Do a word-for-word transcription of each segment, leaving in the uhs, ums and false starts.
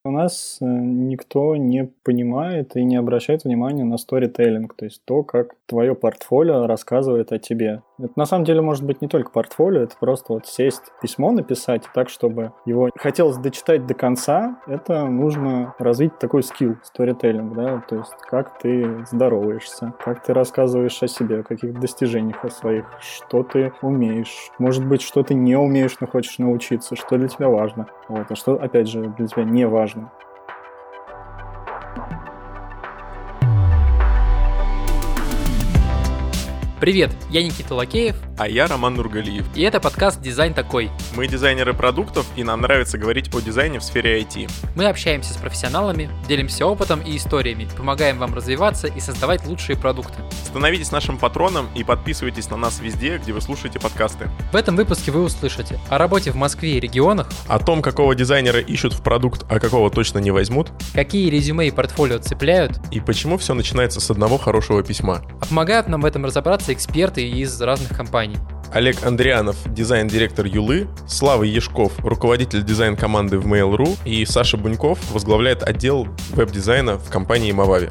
У нас никто не понимает и не обращает внимания на сторителлинг, то есть то, как твое портфолио рассказывает о тебе. Это на самом деле может быть не только портфолио, это просто вот сесть, письмо написать так, чтобы его хотелось дочитать до конца. Это нужно развить такой скилл, сторителлинг, да, то есть как ты здороваешься, как ты рассказываешь о себе, о каких достижениях о своих, что ты умеешь, может быть, что ты не умеешь, но хочешь научиться, что для тебя важно, вот, а что, опять же, для тебя не важно. Привет, я Никита Лакеев. А я Роман Нургалиев. И это подкаст «Дизайн такой». Мы дизайнеры продуктов, и нам нравится говорить о дизайне в сфере ай ти. Мы общаемся с профессионалами, делимся опытом и историями, помогаем вам развиваться и создавать лучшие продукты. Становитесь нашим патроном и подписывайтесь на нас везде, где вы слушаете подкасты. В этом выпуске вы услышите о работе в Москве и регионах, о том, какого дизайнера ищут в продукт, а какого точно не возьмут, какие резюме и портфолио цепляют, и почему все начинается с одного хорошего письма. А помогают нам в этом разобраться эксперты из разных компаний. Олег Андрианов, дизайн-директор Юлы, Слава Ешков, руководитель дизайн-команды в Mail.ru, и Саша Буньков возглавляет отдел веб-дизайна в компании Movavi.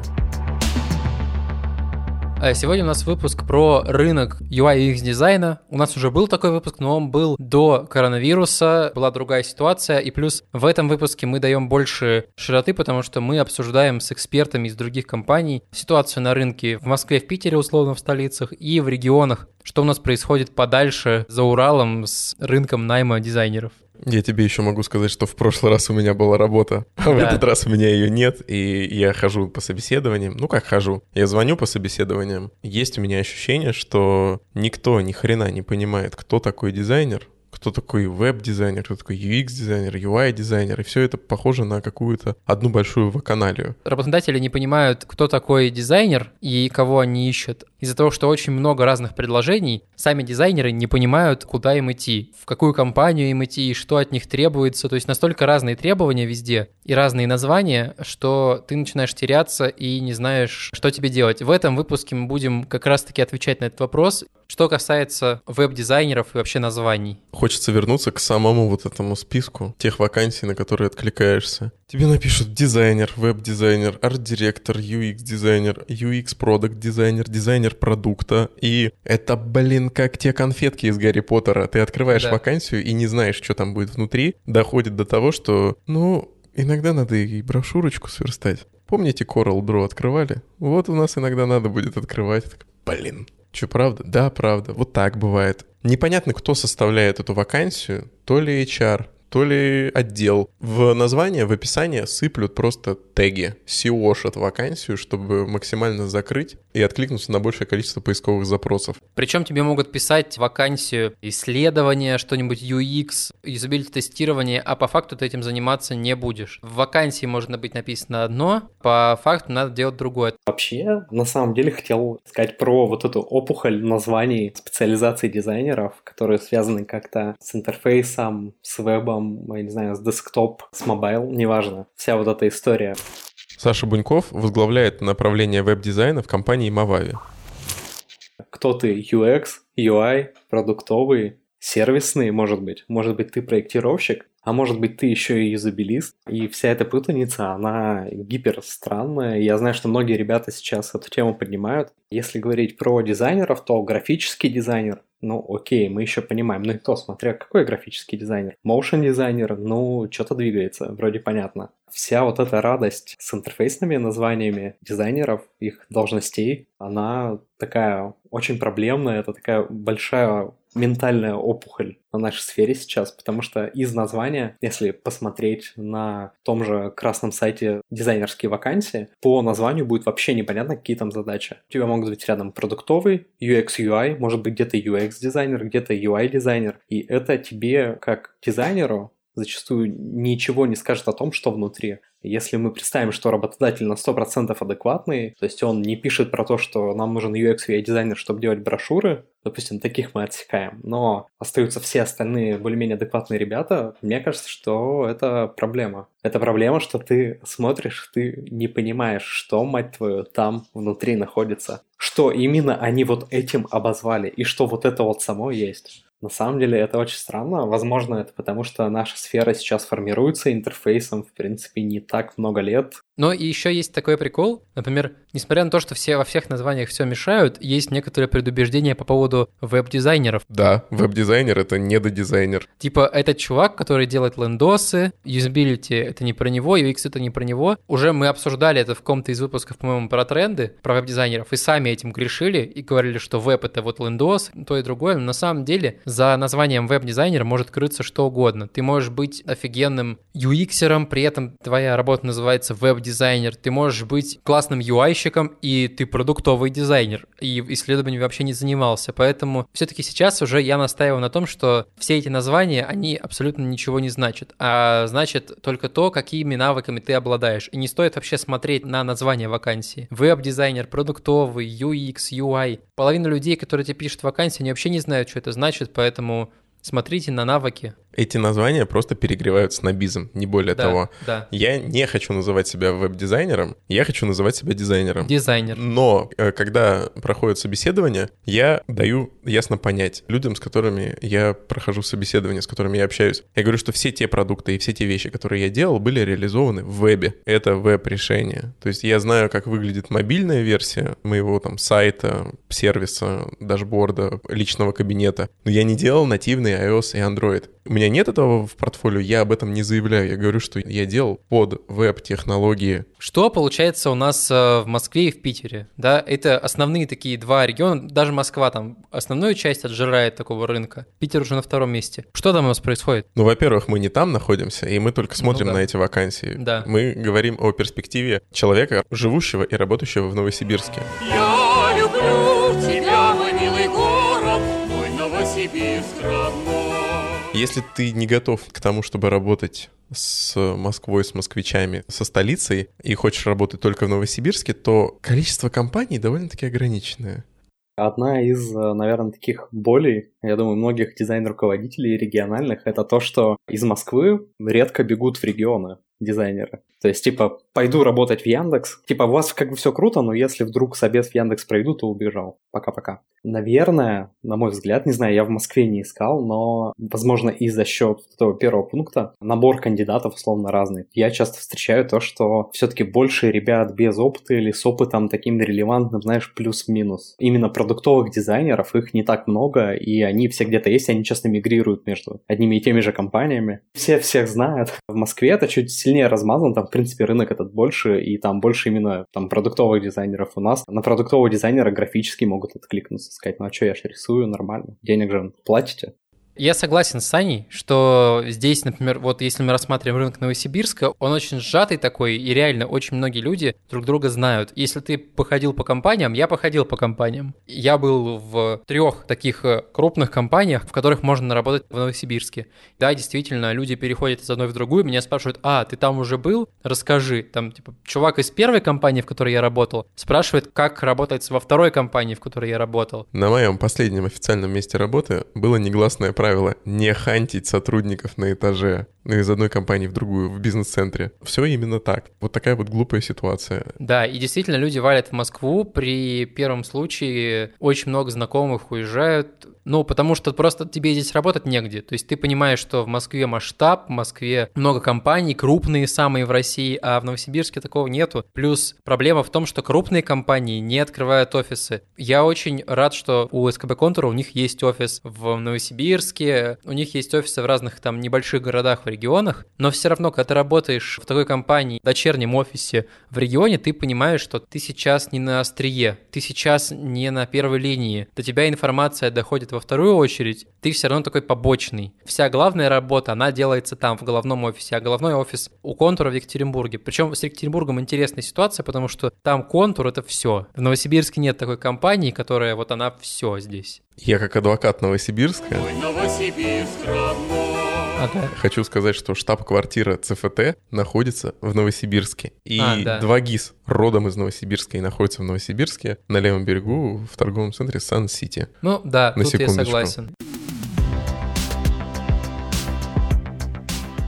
Сегодня у нас выпуск про рынок ю ай и ю экс дизайна. У нас уже был такой выпуск, но он был до коронавируса, была другая ситуация. И плюс в этом выпуске мы даем больше широты, потому что мы обсуждаем с экспертами из других компаний ситуацию на рынке в Москве, в Питере, условно, в столицах, и в регионах, что у нас происходит подальше, за Уралом, с рынком найма дизайнеров. Я тебе еще могу сказать, что в прошлый раз у меня была работа, а да. в этот раз у меня ее нет, и я хожу по собеседованиям. Ну как хожу? Я звоню по собеседованиям. Есть у меня ощущение, что никто ни хрена не понимает, кто такой дизайнер, кто такой веб-дизайнер, кто такой ю экс-дизайнер, ю ай-дизайнер, и все это похоже на какую-то одну большую вакханалию. Работодатели не понимают, кто такой дизайнер и кого они ищут. Из-за того, что очень много разных предложений, сами дизайнеры не понимают, куда им идти, в какую компанию им идти и что от них требуется. То есть настолько разные требования везде и разные названия, что ты начинаешь теряться и не знаешь, что тебе делать. В этом выпуске мы будем как раз-таки отвечать на этот вопрос, что касается веб-дизайнеров и вообще названий. Хочется вернуться к самому вот этому списку тех вакансий, на которые откликаешься. Тебе напишут дизайнер, веб-дизайнер, арт-директор, ю экс-дизайнер, ю экс-продакт-дизайнер, дизайнер продукта. И это, блин, как те конфетки из Гарри Поттера. Ты открываешь да. вакансию и не знаешь, что там будет внутри. Доходит до того, что, ну, иногда надо и брошюрочку сверстать. Помните, Coral Draw открывали? Вот у нас иногда надо будет открывать. Так, блин. Что, правда? Да, правда. Вот так бывает. Непонятно, кто составляет эту вакансию. То ли эйч ар, то ли отдел. В название, в описание сыплют просто теги. сеошат вакансию, чтобы максимально закрыть и откликнуться на большее количество поисковых запросов. Причем тебе могут писать вакансию исследования, что-нибудь ю экс, юзабилити-тестирование, а по факту ты этим заниматься не будешь. В вакансии может быть написано одно, по факту надо делать другое. Вообще, на самом деле, хотел сказать про вот эту опухоль названий специализации дизайнеров, которые связаны как-то с интерфейсом, с вебом, я не знаю, с десктоп, с мобайл, неважно. Вся вот эта история. Саша Буньков возглавляет направление веб-дизайна в компании Movavi. Кто ты? ю экс, ю ай, продуктовый, сервисный, может быть. Может быть, ты проектировщик, а может быть, ты еще и юзабилист. И вся эта путаница, она гипер странная. Я знаю, что многие ребята сейчас эту тему поднимают. Если говорить про дизайнеров, то графический дизайнер, ну окей, мы еще понимаем. Ну и то, смотря какой графический дизайнер. Моушен дизайнер, ну что-то двигается, вроде понятно. Вся вот эта радость с интерфейсными названиями дизайнеров, их должностей, она такая очень проблемная, это такая большая ментальная опухоль на нашей сфере сейчас, потому что из названия, если посмотреть на том же красном сайте дизайнерские вакансии, по названию будет вообще непонятно, какие там задачи. У тебя могут быть рядом продуктовый, ю экс, ю ай, может быть где-то ю экс-дизайнер, где-то ю ай-дизайнер, и это тебе, как дизайнеру, зачастую ничего не скажет о том, что внутри. Если мы представим, что работодатель на сто процентов адекватный, то есть он не пишет про то, что нам нужен ю экс, ю ай-дизайнер, чтобы делать брошюры, допустим, таких мы отсекаем, но остаются все остальные более-менее адекватные ребята, мне кажется, что это проблема. Это проблема, что ты смотришь, ты не понимаешь, что, мать твою, там внутри находится. Что именно они вот этим обозвали, и что вот это вот само есть. На самом деле это очень странно. Возможно, это потому, что наша сфера сейчас формируется интерфейсом, в принципе, не так много лет. Но и еще есть такой прикол. Например, несмотря на то, что все во всех названиях все мешают, есть некоторые предубеждения по поводу веб-дизайнеров. Да, веб-дизайнер — это недодизайнер. Типа этот чувак, который делает лендосы, юзабилити — это не про него, ю экс — это не про него. Уже мы обсуждали это в каком-то из выпусков, по-моему, про тренды, про веб-дизайнеров, и сами этим грешили, и говорили, что веб — это вот лендос, то и другое. Но на самом деле за названием веб-дизайнер может крыться что угодно. Ты можешь быть офигенным ю экс-ером, при этом твоя работа называется веб-дизайнер, ты можешь быть классным ю ай-щиком, и ты продуктовый дизайнер, и исследованием вообще не занимался. Поэтому все-таки сейчас уже я настаиваю на том, что все эти названия, они абсолютно ничего не значат, а значит только то, какими навыками ты обладаешь. И не стоит вообще смотреть на название вакансии. Веб-дизайнер, продуктовый, ю экс, ю ай. Половина людей, которые тебе пишут вакансии, они вообще не знают, что это значит, поэтому смотрите на навыки. Эти названия просто перегревают снобизм, не более да, того. Да. Я не хочу называть себя веб-дизайнером, я хочу называть себя дизайнером. Дизайнер. Но э, когда проходит собеседование, я даю ясно понять людям, с которыми я прохожу собеседование, с которыми я общаюсь. Я говорю, что все те продукты и все те вещи, которые я делал, были реализованы в вебе. Это веб-решение. То есть я знаю, как выглядит мобильная версия моего там сайта, сервиса, дашборда, личного кабинета, но я не делал нативный iOS и Android. У меня нет этого в портфолио, я об этом не заявляю. Я говорю, что я делал под веб-технологии. Что получается у нас в Москве и в Питере? Да, это основные такие два региона. Даже Москва там основную часть отжирает такого рынка. Питер уже на втором месте. Что там у нас происходит? Ну, во-первер, мы не там находимся, и мы только смотрим ну, да. на эти вакансии. Да. Мы говорим о перспективе человека, живущего и работающего в Новосибирске. Я люблю тебя, мой милый город, мой Новосибирск родной. Если ты не готов к тому, чтобы работать с Москвой, с москвичами, со столицей, и хочешь работать только в Новосибирске, то количество компаний довольно-таки ограниченное. Одна из, наверное, таких болей, я думаю, многих дизайн-руководителей региональных, это то, что из Москвы редко бегут в регионы дизайнеры. То есть, типа, пойду работать в Яндекс. Типа, у вас как бы все круто, но если вдруг собес в Яндекс проведу, то убежал. Пока-пока. Наверное, на мой взгляд, не знаю, я в Москве не искал, но, возможно, и за счет этого первого пункта набор кандидатов условно разный. Я часто встречаю то, что все-таки больше ребят без опыта или с опытом таким релевантным, знаешь, плюс-минус. Именно продуктовых дизайнеров, их не так много, и они все где-то есть, они часто мигрируют между одними и теми же компаниями. Все всех знают. В Москве это чуть сильнее размазан, там, в принципе, рынок этот больше, и там больше именно там продуктовых дизайнеров. У нас на продуктового дизайнера графически могут откликнуться, сказать, ну а что, я же рисую нормально, денег же платите. Я согласен с Саней, что здесь, например, вот если мы рассматриваем рынок Новосибирска, он очень сжатый такой, и реально очень многие люди друг друга знают. Если ты походил по компаниям, я походил по компаниям. Я был в трех таких крупных компаниях, в которых можно работать в Новосибирске. Да, действительно, люди переходят из одной в другую, меня спрашивают: а, ты там уже был? Расскажи. Там, типа, чувак из первой компании, в которой я работал, спрашивает, как работать во второй компании, в которой я работал. На моем последнем официальном месте работы было негласное правило правило не хантить сотрудников на этаже, ну, из одной компании в другую, в бизнес-центре. Все именно так. Вот такая вот глупая ситуация. Да, и действительно люди валят в Москву. При первом случае очень много знакомых уезжают. Ну, потому что просто тебе здесь работать негде. То есть ты понимаешь, что в Москве масштаб, в Москве много компаний, крупные самые в России, а в Новосибирске такого нету. Плюс проблема в том, что крупные компании не открывают офисы. Я очень рад, что у эс ка бэ Контура у них есть офис в Новосибирске, у них есть офисы в разных там небольших городах в регионах, но все равно, когда ты работаешь в такой компании, в дочернем офисе в регионе, ты понимаешь, что ты сейчас не на острие, ты сейчас не на первой линии, до тебя информация доходит во вторую очередь, ты все равно такой побочный. Вся главная работа, она делается там, в головном офисе, а головной офис у Контура в Екатеринбурге. Причем с Екатеринбургом интересная ситуация, потому что там Контур — это все. В Новосибирске нет такой компании, которая вот она все здесь. Я как адвокат Новосибирска Ой, Новосибирск родной. Ага. Хочу сказать, что штаб-квартира цэ эф тэ находится в Новосибирске. И А, да. два ГИС родом из Новосибирска и находятся в Новосибирске, на левом берегу, в торговом центре Сан-Сити. Ну да, На тут я секундочку. согласен.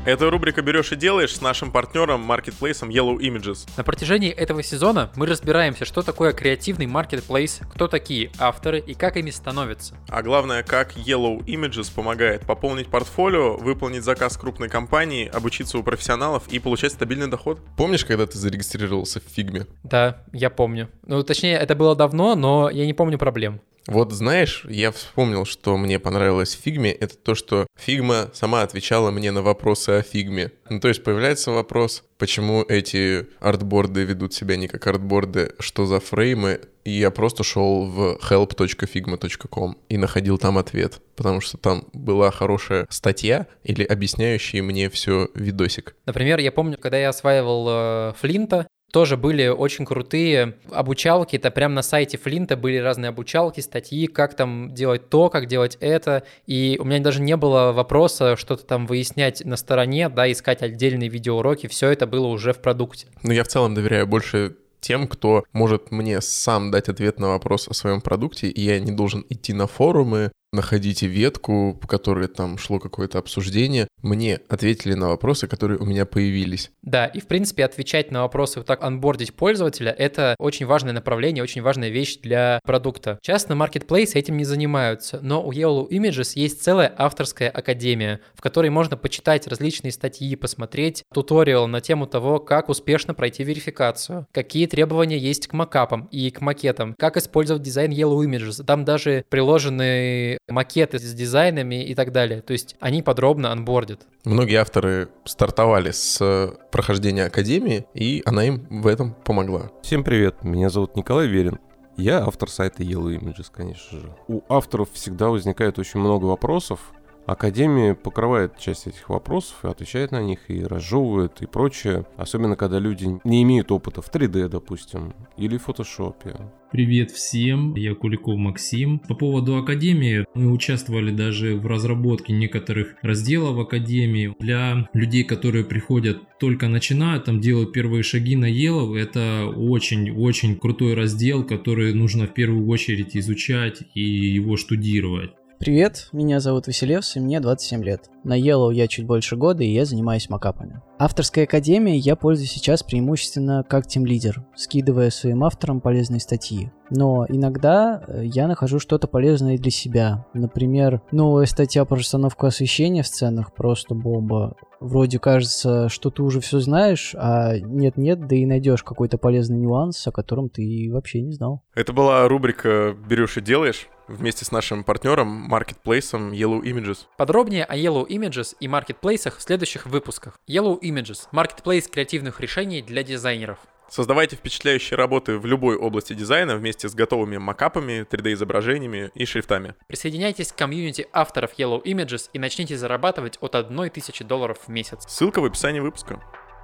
Это рубрика «Берешь и делаешь» с нашим партнером, маркетплейсом Yellow Images. На протяжении этого сезона мы разбираемся, что такое креативный маркетплейс, кто такие авторы и как ими становятся. А главное, как Yellow Images помогает пополнить портфолио, выполнить заказ крупной компании, обучиться у профессионалов и получать стабильный доход. Помнишь, когда ты зарегистрировался в Фигме? Да, я помню. Ну, точнее, это было давно, но я не помню проблем. Вот знаешь, я вспомнил, что мне понравилось в Фигме, это то, что Фигма сама отвечала мне на вопросы о Фигме. Ну, то есть появляется вопрос, почему эти артборды ведут себя не как артборды, что за фреймы, и я просто шел в help точка фигма точка ком и находил там ответ, потому что там была хорошая статья или объясняющий мне все видосик. Например, я помню, когда я осваивал э, Флинта, тоже были очень крутые обучалки, это прям на сайте Флинта были разные обучалки, статьи, как там делать то, как делать это, и у меня даже не было вопроса что-то там выяснять на стороне, да, искать отдельные видеоуроки, все это было уже в продукте. Ну, я в целом доверяю больше тем, кто может мне сам дать ответ на вопрос о своем продукте, и я не должен идти на форумы, находите ветку, по которой там шло какое-то обсуждение. Мне ответили на вопросы, которые у меня появились. Да, и в принципе отвечать на вопросы, вот так онбордить пользователя, это очень важное направление, очень важная вещь для продукта. Часто маркетплейсы этим не занимаются, но у Yellow Images есть целая авторская академия, в которой можно почитать различные статьи, посмотреть туториал на тему того, как успешно пройти верификацию, какие требования есть к макапам и к макетам, как использовать дизайн Yellow Images. Там даже приложены макеты с дизайнами и так далее. То есть они подробно онбордят. Многие авторы стартовали с прохождения академии, и она им в этом помогла. Всем привет, меня зовут Николай Верин. Я автор сайта Yellow Images, конечно же. У авторов всегда возникает очень много вопросов. Академия покрывает часть этих вопросов и отвечает на них, и разжевывает, и прочее. Особенно, когда люди не имеют опыта в три дэ, допустим, или в фотошопе. Привет всем, я Куликов Максим. По поводу Академии, мы участвовали даже в разработке некоторых разделов Академии. Для людей, которые приходят, только начинают, там делают первые шаги на Yellow, это очень-очень крутой раздел, который нужно в первую очередь изучать и его штудировать. Привет, меня зовут Василевс, и мне двадцать семь лет. На Yellow я чуть больше года, и я занимаюсь макапами. Авторской академией я пользуюсь сейчас преимущественно как тимлидер, скидывая своим авторам полезные статьи. Но иногда я нахожу что-то полезное и для себя. Например, новая статья про расстановку освещения в сценах просто бомба. Вроде кажется, что ты уже все знаешь, а нет-нет, да и найдешь какой-то полезный нюанс, о котором ты вообще не знал. Это была рубрика «Берешь и делаешь» вместе с нашим партнером, маркетплейсом Yellow Images. Подробнее о Yellow Images и маркетплейсах в следующих выпусках. Yellow Images – маркетплейс креативных решений для дизайнеров. Создавайте впечатляющие работы в любой области дизайна вместе с готовыми макапами, три дэ-изображениями и шрифтами. Присоединяйтесь к комьюнити авторов Yellow Images и начните зарабатывать от одной тысячи долларов в месяц. Ссылка в описании выпуска.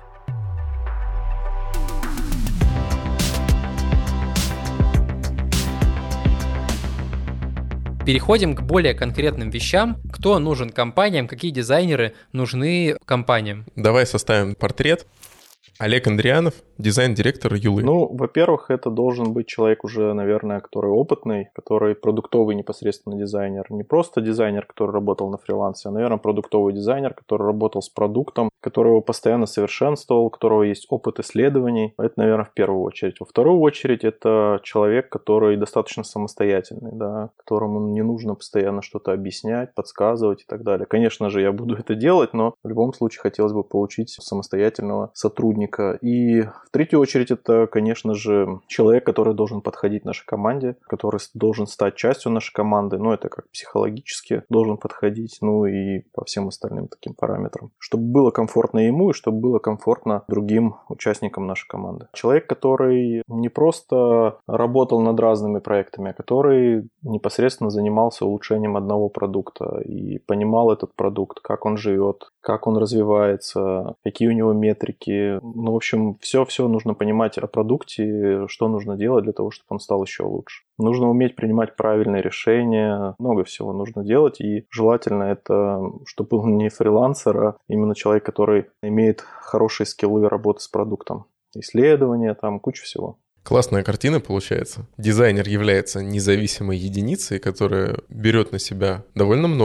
Переходим к более конкретным вещам. Кто нужен компаниям, какие дизайнеры нужны компаниям? Давай составим портрет. Олег Андрианов, дизайн-директор Юлы. Ну, во-первых, это должен быть человек уже, наверное, который опытный, который продуктовый непосредственно дизайнер. Не просто дизайнер, который работал на фрилансе, а, наверное, продуктовый дизайнер, который работал с продуктом, который его постоянно совершенствовал, у которого есть опыт исследований. Это, наверное, в первую очередь. Во вторую очередь, это человек, который достаточно самостоятельный, да, которому не нужно постоянно что-то объяснять, подсказывать и так далее. Конечно же, я буду это делать, но в любом случае хотелось бы получить самостоятельного сотрудника. И в третью очередь это, конечно же, человек, который должен подходить нашей команде, который должен стать частью нашей команды, ну это как психологически должен подходить, ну и по всем остальным таким параметрам. Чтобы было комфортно ему и чтобы было комфортно другим участникам нашей команды. Человек, который не просто работал над разными проектами, а который непосредственно занимался улучшением одного продукта и понимал этот продукт, как он живет, как он развивается, какие у него метрики. Ну, в общем, все-все нужно понимать о продукте, что нужно делать для того, чтобы он стал еще лучше. Нужно уметь принимать правильные решения, много всего нужно делать, и желательно это, чтобы был не фрилансер, а именно человек, который имеет хорошие скиллы работы с продуктом. Исследования, там куча всего. Классная картина получается. Дизайнер является независимой единицей, которая берет на себя довольно много,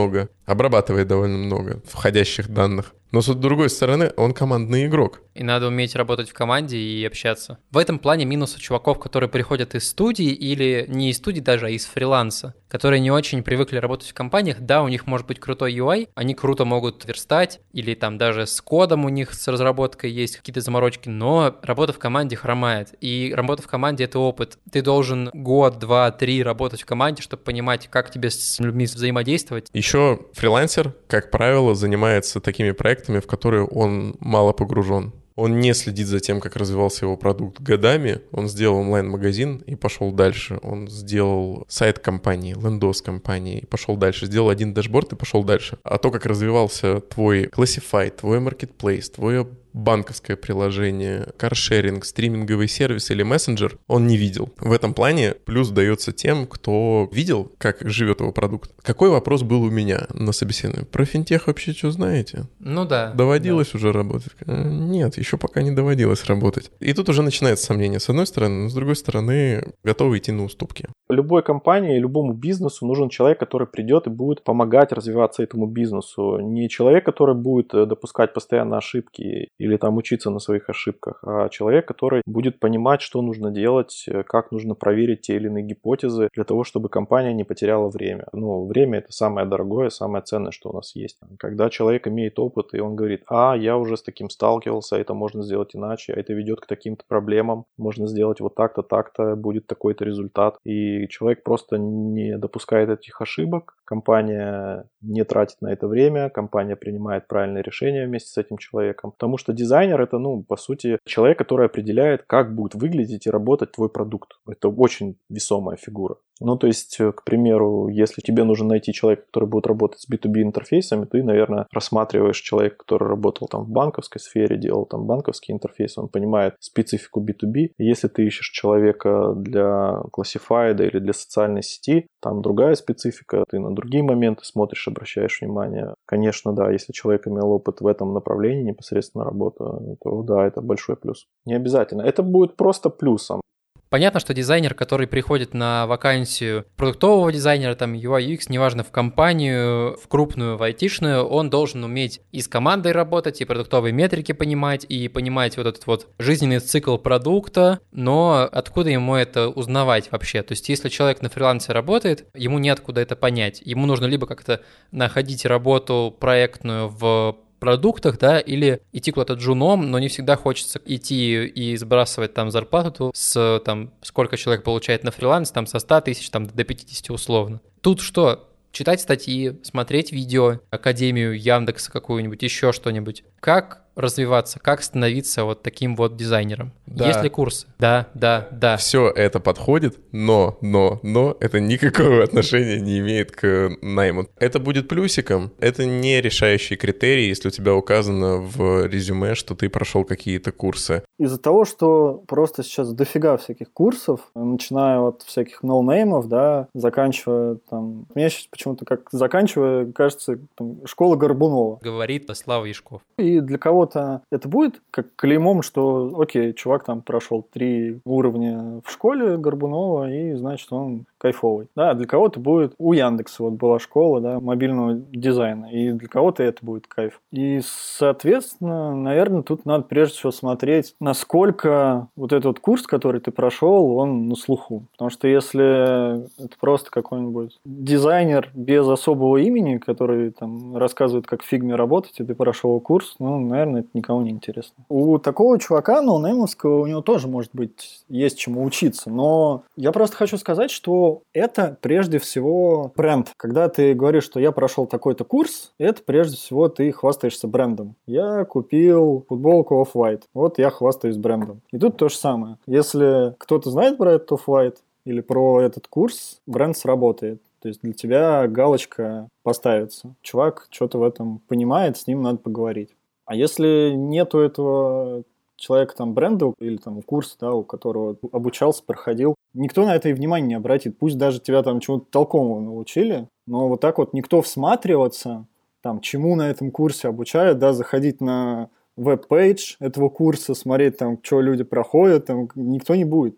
обрабатывает довольно много входящих данных. Но с другой стороны, он командный игрок. И надо уметь работать в команде и общаться. В этом плане минус у чуваков, которые приходят из студии или не из студии даже, а из фриланса, которые не очень привыкли работать в компаниях. Да, у них может быть крутой ю ай, они круто могут верстать, или там даже с кодом у них, с разработкой есть какие-то заморочки, но работа в команде хромает. И работа в команде — это опыт. Ты должен год, два, три работать в команде, чтобы понимать, как тебе с людьми взаимодействовать. Еще фрилансер, как правило, занимается такими проектами, в которые он мало погружен. Он не следит за тем, как развивался его продукт годами. Он сделал онлайн-магазин и пошел дальше. Он сделал сайт компании, лендос компании и пошел дальше. Сделал один дашборд и пошел дальше. А то, как развивался твой Classified, твой Marketplace, твое банковское приложение, каршеринг, стриминговый сервис или мессенджер, он не видел. В этом плане плюс дается тем, кто видел, как живет его продукт. Какой вопрос был у меня на собеседовании? Про финтех вообще что знаете? Ну да. Доводилось да. уже работать? Нет, еще пока не доводилось работать. И тут уже начинается сомнение. С одной стороны, но с другой стороны, готовы идти на уступки. Любой компании, любому бизнесу нужен человек, который придет и будет помогать развиваться этому бизнесу. Не человек, который будет допускать постоянно ошибки или там учиться на своих ошибках, а человек, который будет понимать, что нужно делать, как нужно проверить те или иные гипотезы для того, чтобы компания не потеряла время. Ну, время — это самое дорогое, самое ценное, что у нас есть. Когда человек имеет опыт, и он говорит: а, я уже с таким сталкивался, это можно сделать иначе, а это ведет к таким-то проблемам, можно сделать вот так-то, так-то, будет такой-то результат. И человек просто не допускает этих ошибок, компания не тратит на это время, компания принимает правильные решения вместе с этим человеком, потому что дизайнер — это, ну, по сути, человек, который определяет, как будет выглядеть и работать твой продукт. Это очень весомая фигура. Ну, то есть, к примеру, если тебе нужно найти человека, который будет работать с би ту би интерфейсами, ты, наверное, рассматриваешь человека, который работал там в банковской сфере, делал там банковский интерфейс, он понимает специфику би ту би. Если ты ищешь человека для классифайда или для социальной сети, там другая специфика, ты на другие моменты смотришь, обращаешь внимание. Конечно, да, если человек имел опыт в этом направлении, непосредственно работа, то да, это большой плюс. Не обязательно. Это будет просто плюсом. Понятно, что дизайнер, который приходит на вакансию продуктового дизайнера, там ю ай ю экс, неважно, в компанию, в крупную, в айтишную, он должен уметь и с командой работать, и продуктовые метрики понимать, и понимать вот этот вот жизненный цикл продукта, но откуда ему это узнавать вообще? То есть если человек на фрилансе работает, ему неоткуда это понять. Ему нужно либо как-то находить работу проектную в продуктах, да, или идти куда-то джуном, но не всегда хочется идти и сбрасывать там зарплату с, там, сколько человек получает на фриланс, там, со ста тысяч, там, до пятидесяти условно. Тут что? Читать статьи, смотреть видео, Академию Яндекса какую-нибудь, еще что-нибудь. Как развиваться, как становиться вот таким вот дизайнером? Да. Есть ли курсы? Да, да, да. Все это подходит, но, но, но это никакого отношения не имеет к найму. Это будет плюсиком, это не решающий критерий, если у тебя указано в резюме, что ты прошел какие-то курсы. Из-за того, что просто сейчас дофига всяких курсов, начиная от всяких ноунеймов, да, заканчивая там... Мне сейчас почему-то как заканчивая, кажется, там, школа Горбунова. Говорит Слава Яшков. И для кого-то это будет как клеймом, что, окей, чувак там прошел три уровня в школе Горбунова, и, значит, он кайфовый. Да, для кого-то будет... У Яндекса вот была школа, да, мобильного дизайна, и для кого-то это будет кайф. И, соответственно, наверное, тут надо прежде всего смотреть, насколько вот этот курс, который ты прошел, он на слуху. Потому что если это просто какой-нибудь дизайнер без особого имени, который там рассказывает, как в фигме работать, и ты прошел курс, ну, наверное, это никому не интересно. У такого чувака, ноунеймовского, у него тоже, может быть, есть чему учиться. Но я просто хочу сказать, что это прежде всего бренд. Когда ты говоришь, что я прошел такой-то курс, это прежде всего ты хвастаешься брендом. Я купил футболку Off-White. Вот я хвастаюсь брендом. И тут то же самое. Если кто-то знает про этот Off-White или про этот курс, бренд сработает. То есть для тебя галочка поставится. Чувак что-то в этом понимает, с ним надо поговорить. А если нету этого человека там бренда или там курса, да, у которого обучался, проходил, никто на это и внимания не обратит. Пусть даже тебя там чему-то толкового научили, но вот так вот никто всматриваться, там, чему на этом курсе обучают, да, заходить на веб-пейдж этого курса, смотреть там, что люди проходят, там, никто не будет.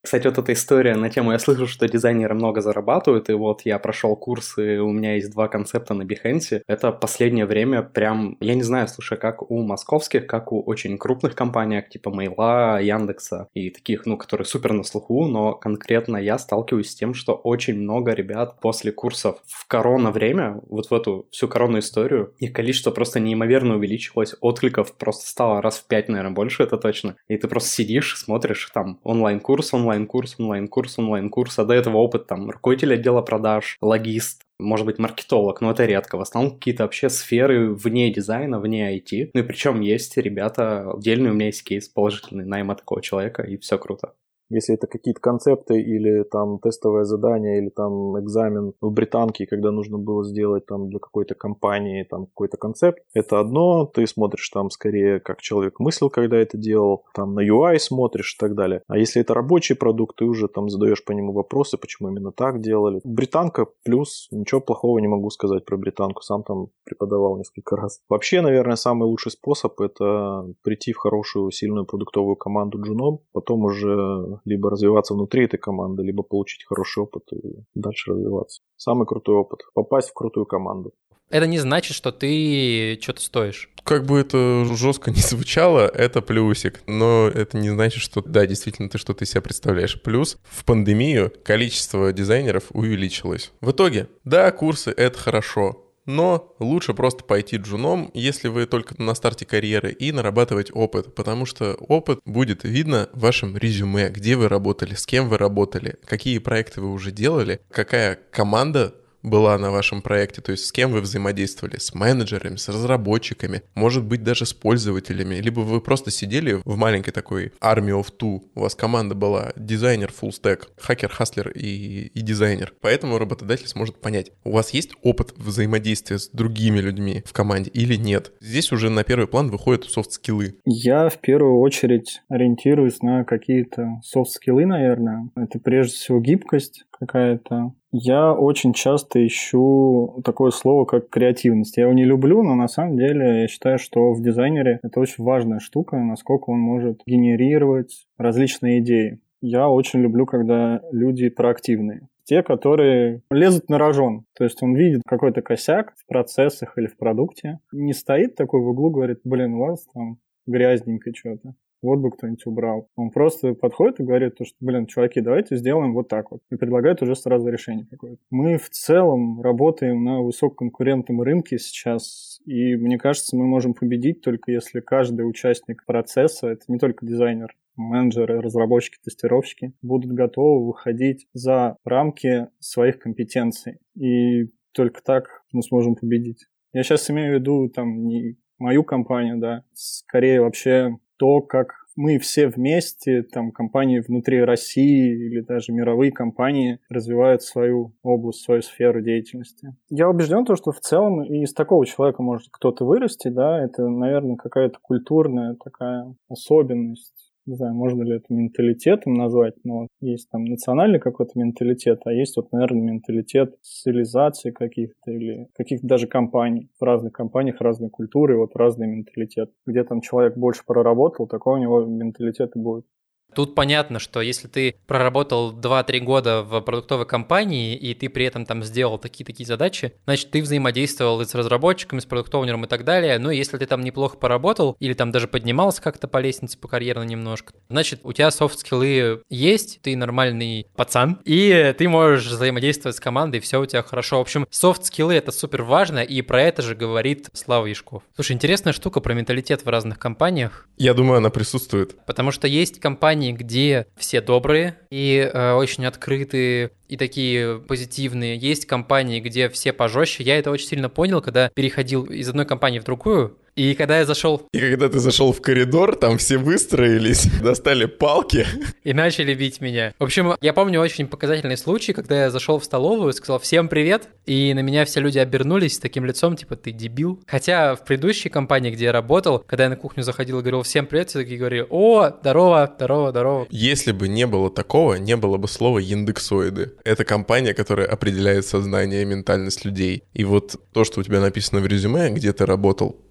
Кстати, вот эта история на тему, я слышу, что дизайнеры много зарабатывают, и вот я прошел курсы, у меня есть два концепта на Behance. Это последнее время прям, я не знаю, слушай, как у московских, как у очень крупных компаний, типа Мейла, Яндекса и таких, ну, которые супер на слуху, но конкретно я сталкиваюсь с тем, что очень много ребят после курсов в корона-время, вот в эту всю коронную историю, их количество просто неимоверно увеличилось, откликов просто стало раз в пять, наверное, больше, это точно. И ты просто сидишь, смотришь, там, онлайн-курс, онлайн онлайн-курс, онлайн-курс, онлайн-курс, а до этого опыт там руководитель отдела продаж, логист, может быть, маркетолог, но это редко. В основном какие-то вообще сферы вне дизайна, вне ай ти. Ну и причем есть ребята, отдельный у меня есть кейс положительный найма такого человека, и все круто. Если это какие-то концепты или там тестовое задание, или там экзамен в британке, когда нужно было сделать там для какой-то компании там какой-то концепт, это одно, ты смотришь там скорее, как человек мыслил, когда это делал, там на ю ай смотришь и так далее. А если это рабочий продукт, ты уже там задаешь по нему вопросы, почему именно так делали. Британка плюс, ничего плохого не могу сказать про британку, сам там преподавал несколько раз. Вообще, наверное, самый лучший способ — это прийти в хорошую, сильную продуктовую команду джуном, потом уже либо развиваться внутри этой команды, либо получить хороший опыт и дальше развиваться. Самый крутой опыт — попасть в крутую команду. Это не значит, что ты что-то стоишь. Как бы это жестко не звучало, это плюсик. Но это не значит, что да, действительно ты что-то из себя представляешь. Плюс в пандемию количество дизайнеров увеличилось. В итоге, да, курсы — это хорошо. Но лучше просто пойти джуном, если вы только на старте карьеры, и нарабатывать опыт, потому что опыт будет видно в вашем резюме, где вы работали, с кем вы работали, какие проекты вы уже делали, какая команда была на вашем проекте, то есть с кем вы взаимодействовали, с менеджерами, с разработчиками, может быть, даже с пользователями, либо вы просто сидели в маленькой такой army of two, у вас команда была дизайнер, full stack, хакер, хаслер и, и дизайнер. Поэтому работодатель сможет понять, у вас есть опыт взаимодействия с другими людьми в команде или нет. Здесь уже на первый план выходят софт-скиллы. Я в первую очередь ориентируюсь на какие-то софт-скиллы, наверное. Это прежде всего гибкость какая-то. Я очень часто ищу такое слово, как креативность. Я его не люблю, но на самом деле я считаю, что в дизайнере это очень важная штука, насколько он может генерировать различные идеи. Я очень люблю, когда люди проактивные. Те, которые лезут на рожон. То есть он видит какой-то косяк в процессах или в продукте. Не стоит такой в углу, говорит, блин, у вас там грязненько что-то. Вот бы кто-нибудь убрал. Он просто подходит и говорит, что, блин, чуваки, давайте сделаем вот так вот. И предлагает уже сразу решение какое-то. Мы в целом работаем на высококонкурентном рынке сейчас, и мне кажется, мы можем победить только если каждый участник процесса, это не только дизайнер, менеджеры, разработчики, тестировщики, будут готовы выходить за рамки своих компетенций. И только так мы сможем победить. Я сейчас имею в виду там не мою компанию, да, скорее вообще то, как мы все вместе, там, компании внутри России или даже мировые компании развивают свою область, свою сферу деятельности. Я убежден, что в целом и из такого человека может кто-то вырасти, да, это, наверное, какая-то культурная такая особенность. Не знаю, можно ли это менталитетом назвать, но есть там национальный какой-то менталитет, а есть вот, наверное, менталитет цивилизации каких-то или каких-то даже компаний. В разных компаниях разные культуры, вот разный менталитет. Где там человек больше проработал, такой у него менталитет и будет. Тут понятно, что если ты проработал два-три года в продуктовой компании, и ты при этом там сделал такие-такие задачи, значит, ты взаимодействовал и с разработчиками, с продукт-оунером и так далее. Ну, и если ты там неплохо поработал, или там даже поднимался как-то по лестнице, по карьерно немножко, значит, у тебя софт-скиллы есть, ты нормальный пацан, и ты можешь взаимодействовать с командой, и все у тебя хорошо. В общем, софт-скиллы — это супер важно, и про это же говорит Слава Яшков. Слушай, интересная штука про менталитет в разных компаниях. Я думаю, она присутствует. Потому что есть компании, где все добрые и э, очень открытые и такие позитивные. Есть компании, где все пожестче. Я это очень сильно понял, когда переходил из одной компании в другую. И когда я зашел... И когда ты зашел в коридор, там все выстроились, достали палки. И начали бить меня. В общем, я помню очень показательный случай, когда я зашел в столовую, сказал «всем привет», и на меня все люди обернулись с таким лицом, типа «ты дебил». Хотя в предыдущей компании, где я работал, когда я на кухню заходил и говорил «всем привет», все такие говорили «о, здорово, здорово, здорово». Если бы не было такого, не было бы слова «индексоиды». Это компания, которая определяет сознание и ментальность людей. И вот то, что у тебя написано в резюме, где ты работал,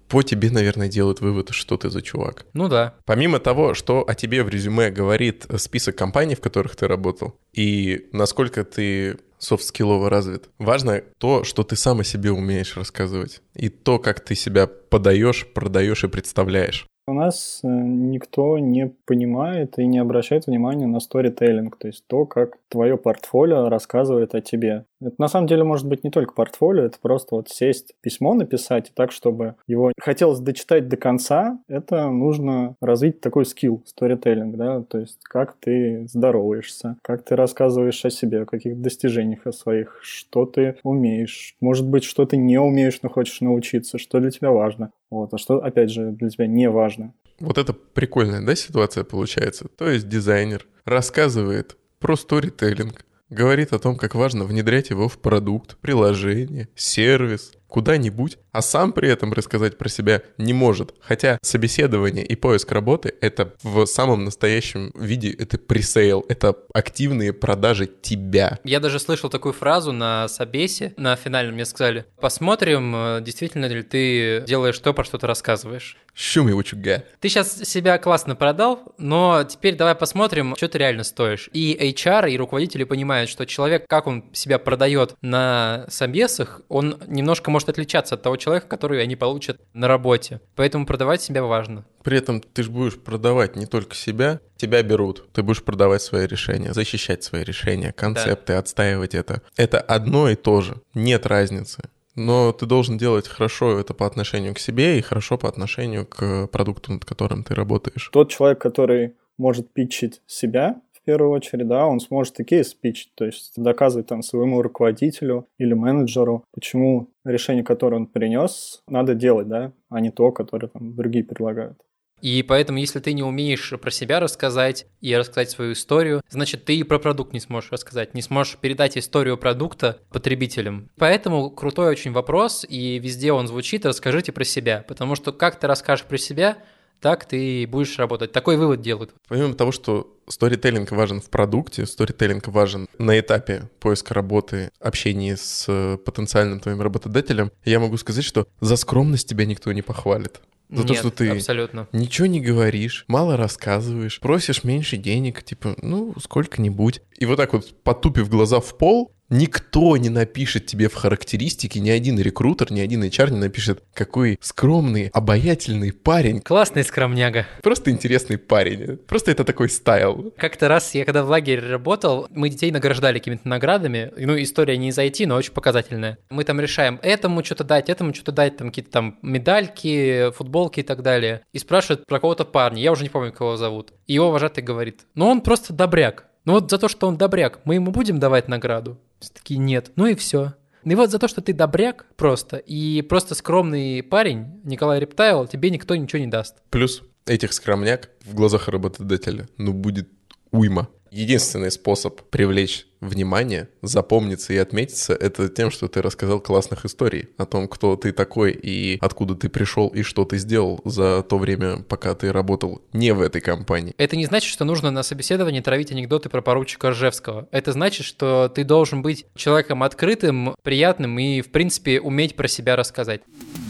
по тебе, наверное, делают вывод, что ты за чувак. Ну да. Помимо того, что о тебе в резюме говорит список компаний, в которых ты работал, и насколько ты софт-скиллово развит, важно то, что ты сам о себе умеешь рассказывать, и то, как ты себя подаешь, продаешь и представляешь. У нас никто не понимает и не обращает внимания на сторителлинг, то есть то, как твое портфолио рассказывает о тебе. Это на самом деле может быть не только портфолио, это просто вот сесть, письмо написать, и так, чтобы его хотелось дочитать до конца, это нужно развить такой скилл, сторителлинг, да, то есть как ты здороваешься, как ты рассказываешь о себе, о каких достижениях о своих, что ты умеешь, может быть, что ты не умеешь, но хочешь научиться, что для тебя важно, вот, а что, опять же, для тебя не важно. Вот это прикольная, да, ситуация получается? То есть дизайнер рассказывает про сторителлинг, говорит о том, как важно внедрять его в продукт, приложение, сервис, куда-нибудь, а сам при этом рассказать про себя не может. Хотя собеседование и поиск работы — это в самом настоящем виде, это пресейл, это активные продажи тебя. Я даже слышал такую фразу на собесе, на финальном мне сказали: посмотрим, действительно ли ты делаешь то, про что ты рассказываешь. Show me what you got. Ты сейчас себя классно продал, но теперь давай посмотрим, что ты реально стоишь. И эйч ар, и руководители понимают, что человек, как он себя продает на собесах, он немножко может отличаться от того человека, который они получат на работе. Поэтому продавать себя важно. При этом ты же будешь продавать не только себя, тебя берут. Ты будешь продавать свои решения, защищать свои решения, концепты, да. Отстаивать это. Это одно и то же. Нет разницы. Но ты должен делать хорошо это по отношению к себе и хорошо по отношению к продукту, над которым ты работаешь. Тот человек, который может питчить себя, в первую очередь, да, он сможет и кейс питчить, то есть доказывать там своему руководителю или менеджеру, почему решение, которое он принес, надо делать, да, а не то, которое там другие предлагают. И поэтому, если ты не умеешь про себя рассказать и рассказать свою историю, значит, ты и про продукт не сможешь рассказать, не сможешь передать историю продукта потребителям. Поэтому крутой очень вопрос, и везде он звучит: расскажите про себя, потому что как ты расскажешь про себя, так ты будешь работать. Такой вывод делают. Помимо того, что сторителлинг важен в продукте, сторителлинг важен на этапе поиска работы, общения с потенциальным твоим работодателем, я могу сказать, что за скромность тебя никто не похвалит. За Нет, то, что ты абсолютно. Ничего не говоришь, мало рассказываешь, просишь меньше денег, типа, ну, сколько-нибудь. И вот так вот, потупив глаза в пол, никто не напишет тебе в характеристике, ни один рекрутер, ни один эйч ар не напишет: какой скромный, обаятельный парень. Классный скромняга. Просто интересный парень. Просто это такой стайл. Как-то раз я когда в лагере работал, мы детей награждали какими-то наградами. Ну, история не из ай ти, но очень показательная. Мы там решаем этому что-то дать, этому что-то дать, там какие-то там медальки, футболки и так далее. И спрашивают про кого-то парня, я уже не помню, кого зовут. И его вожатый говорит: ну, он просто добряк. Ну вот за то, что он добряк, мы ему будем давать награду? Все такие: нет. Ну и все. Ну и вот за то, что ты добряк просто, и просто скромный парень, Николай Рептайл, тебе никто ничего не даст. Плюс этих скромняк в глазах работодателя, ну, будет уйма. Единственный способ привлечь внимание, запомниться и отметиться — это тем, что ты рассказал классных историй о том, кто ты такой и откуда ты пришел и что ты сделал за то время, пока ты работал не в этой компании. Это не значит, что нужно на собеседовании травить анекдоты про поручика Ржевского. Это значит, что ты должен быть человеком открытым, приятным и, в принципе, уметь про себя рассказать.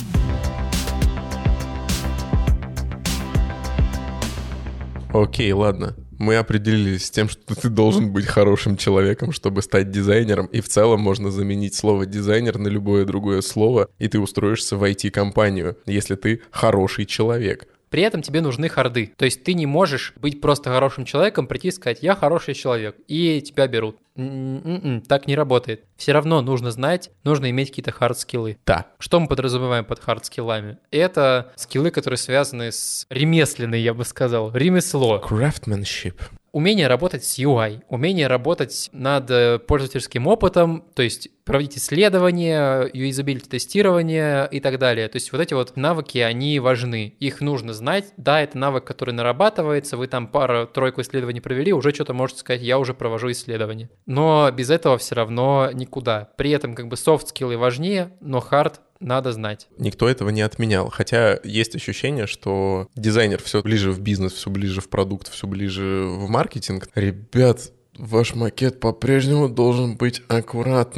Окей, ладно. Мы определились с тем, что ты должен быть хорошим человеком, чтобы стать дизайнером, и в целом можно заменить слово «дизайнер» на любое другое слово, и ты устроишься в ай ти-компанию, если ты хороший человек. При этом тебе нужны харды. То есть ты не можешь быть просто хорошим человеком, прийти и сказать: я хороший человек, и тебя берут. Н-н-н-н, так не работает. Все равно нужно знать, нужно иметь какие-то хард-скиллы. Да. Что мы подразумеваем под хард-скиллами? Это скиллы, которые связаны с ремесленной, я бы сказал, ремесло. Craftsmanship. Умение работать с ю ай, умение работать над пользовательским опытом, то есть проводить исследования, юзабилити-тестирование и так далее. То есть вот эти вот навыки, они важны, их нужно знать. Да, это навык, который нарабатывается, вы там пару-тройку исследований провели, уже что-то можете сказать: я уже провожу исследования. Но без этого все равно никуда. При этом как бы софт-скиллы важнее, но хард надо знать. Никто этого не отменял. Хотя есть ощущение, что дизайнер все ближе в бизнес, все ближе в продукт, все ближе в маркетинг. Ребят, ваш макет по-прежнему должен быть аккуратным.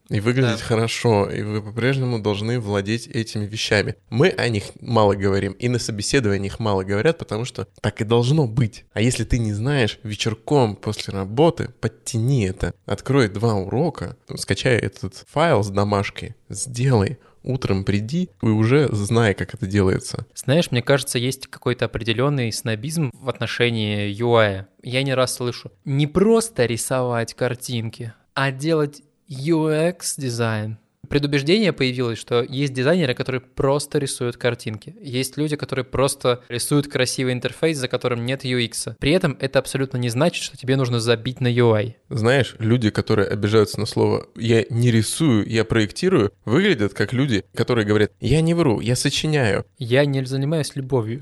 И выглядеть Да. хорошо, и вы по-прежнему должны владеть этими вещами. Мы о них мало говорим, и на собеседованиях мало говорят, потому что так и должно быть. А если ты не знаешь, вечерком после работы подтяни это, открой два урока, скачай этот файл с домашки, сделай, утром приди и уже знай, как это делается. Знаешь, мне кажется, есть какой-то определенный снобизм в отношении ю ай. Я не раз слышу, не просто рисовать картинки, а делать ю экс-дизайн. Предубеждение появилось, что есть дизайнеры, которые просто рисуют картинки. Есть люди, которые просто рисуют красивый интерфейс, за которым нет ю экс. При этом это абсолютно не значит, что тебе нужно забить на ю ай. Знаешь, люди, которые обижаются на слово «я не рисую, я проектирую», выглядят как люди, которые говорят «я не вру, я сочиняю». Я не занимаюсь любовью.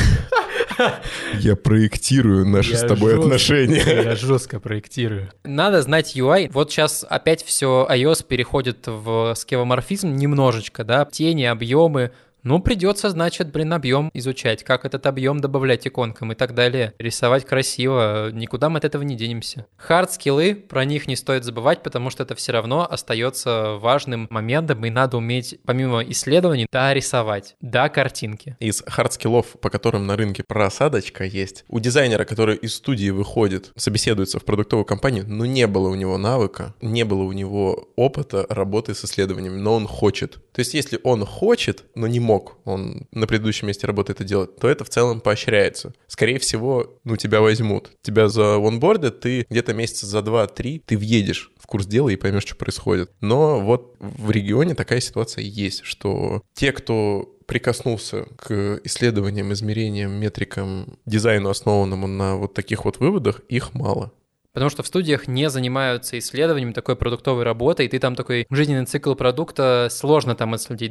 Я проектирую наши Я с тобой жестко- отношения. Я жестко проектирую. Надо знать ю ай. Вот сейчас опять все iOS переходит в скевоморфизм немножечко, да, тени, объемы. Ну, придется, значит, блин, объем изучать, как этот объем добавлять иконкам и так далее. Рисовать красиво, никуда мы от этого не денемся. Хард-скиллы, про них не стоит забывать, потому что это все равно остается важным моментом, и надо уметь, помимо исследований, да, рисовать, да, картинки. Из хардскиллов, по которым на рынке просадочка есть, у дизайнера, который из студии выходит, собеседуется в продуктовую компанию, но не было у него навыка, не было у него опыта работы с исследованиями, но он хочет. То есть если он хочет, но не мог, он на предыдущем месте работы это делать, то это в целом поощряется. Скорее всего, ну, тебя возьмут. Тебя за онбордят, ты где-то месяца за два-три, ты въедешь в курс дела и поймешь, что происходит. Но вот в регионе такая ситуация есть, что те, кто прикоснулся к исследованиям, измерениям, метрикам, дизайну, основанному на вот таких вот выводах, их мало. Потому что в студиях не занимаются исследованием такой продуктовой работы, и ты там такой жизненный цикл продукта сложно там отследить.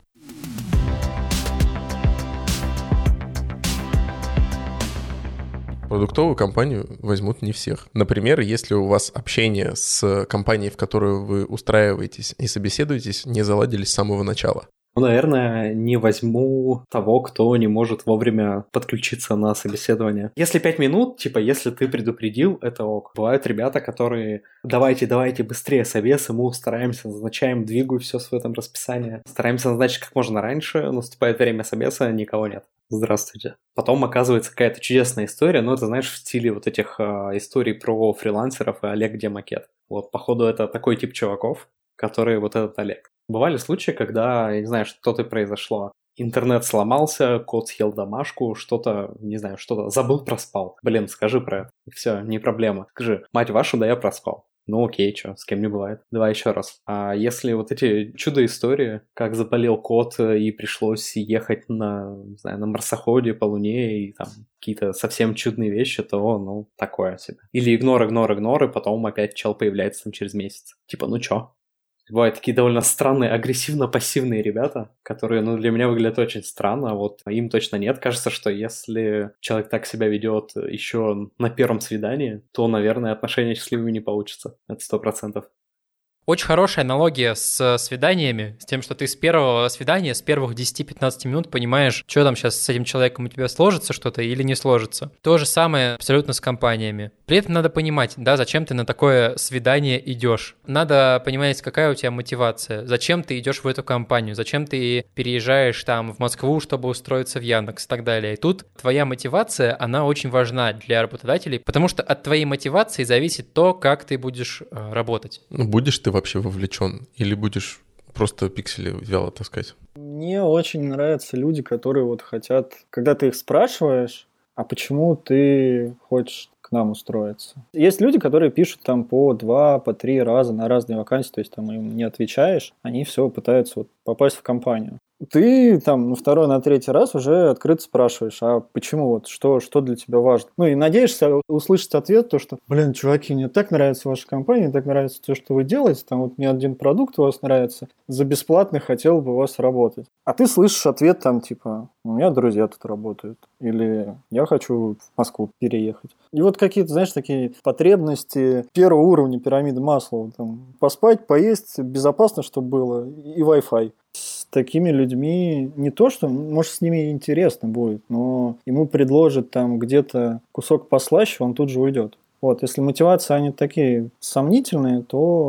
Продуктовую компанию возьмут не всех. Например, если у вас общение с компанией, в которую вы устраиваетесь и собеседуетесь, не заладились с самого начала. Ну, наверное, не возьму того, кто не может вовремя подключиться на собеседование. Если пять минут, типа, если ты предупредил, это ок. Бывают ребята, которые давайте, давайте быстрее собесы, мы стараемся, назначаем, двигаю все в этом расписании. Стараемся назначить как можно раньше, наступает время собеса, никого нет. Здравствуйте. Потом оказывается какая-то чудесная история, но это, знаешь, в стиле вот этих э, историй про фрилансеров и Олег, где макет. Вот, походу, это такой тип чуваков, которые вот этот Олег. Бывали случаи, когда, я не знаю, что-то произошло. Интернет сломался, кот съел домашку, что-то, не знаю, что-то, забыл, проспал. Блин, скажи про это. Все, не проблема. Скажи, мать вашу, да я проспал. Ну окей, что, с кем не бывает. Давай еще раз. А если вот эти чудо-истории, как заболел кот и пришлось ехать на, не знаю, на марсоходе по Луне и там какие-то совсем чудные вещи, то, ну, такое себе. Или игнор, игнор, игнор, и потом опять чел появляется там через месяц. Типа, ну чё? Бывают такие довольно странные, агрессивно-пассивные ребята, которые, ну, для меня выглядят очень странно, вот им точно нет. Кажется, что если человек так себя ведет еще на первом свидании, то, наверное, отношения счастливыми не получатся. Это сто процентов. Очень хорошая аналогия с свиданиями, с тем, что ты с первого свидания, с первых десяти-пятнадцати минут понимаешь, что там сейчас с этим человеком у тебя сложится что-то или не сложится. То же самое абсолютно с компаниями. При этом надо понимать, да, зачем ты на такое свидание идешь. Надо понимать, какая у тебя мотивация, зачем ты идешь в эту компанию, зачем ты переезжаешь там в Москву, чтобы устроиться в Яндекс и так далее. И тут твоя мотивация, она очень важна для работодателей, потому что от твоей мотивации зависит то, как ты будешь э, работать. Ну, будешь ты вообще вовлечен или будешь просто пиксели вяло таскать? Мне очень нравятся люди, которые вот хотят, когда ты их спрашиваешь, а почему ты хочешь к нам устроиться. Есть люди, которые пишут там по два, по три раза на разные вакансии, то есть там им не отвечаешь, они все пытаются вот попасть в компанию. Ты там на второй, на третий раз уже открыто спрашиваешь, а почему, вот что, что для тебя важно? Ну и надеешься услышать ответ, то что, блин, чуваки, мне так нравится ваша компания, мне так нравится то, что вы делаете, там вот мне один продукт у вас нравится, за бесплатно хотел бы у вас работать. А ты слышишь ответ там типа, у меня друзья тут работают, или я хочу в Москву переехать. И вот какие-то, знаешь, такие потребности первого уровня пирамиды Маслоу, там поспать, поесть, безопасно, чтобы было, и Wi-Fi. С такими людьми не то, что, может, с ними интересно будет, но ему предложат там где-то кусок послаще, он тут же уйдет. Вот, если мотивации они такие сомнительные, то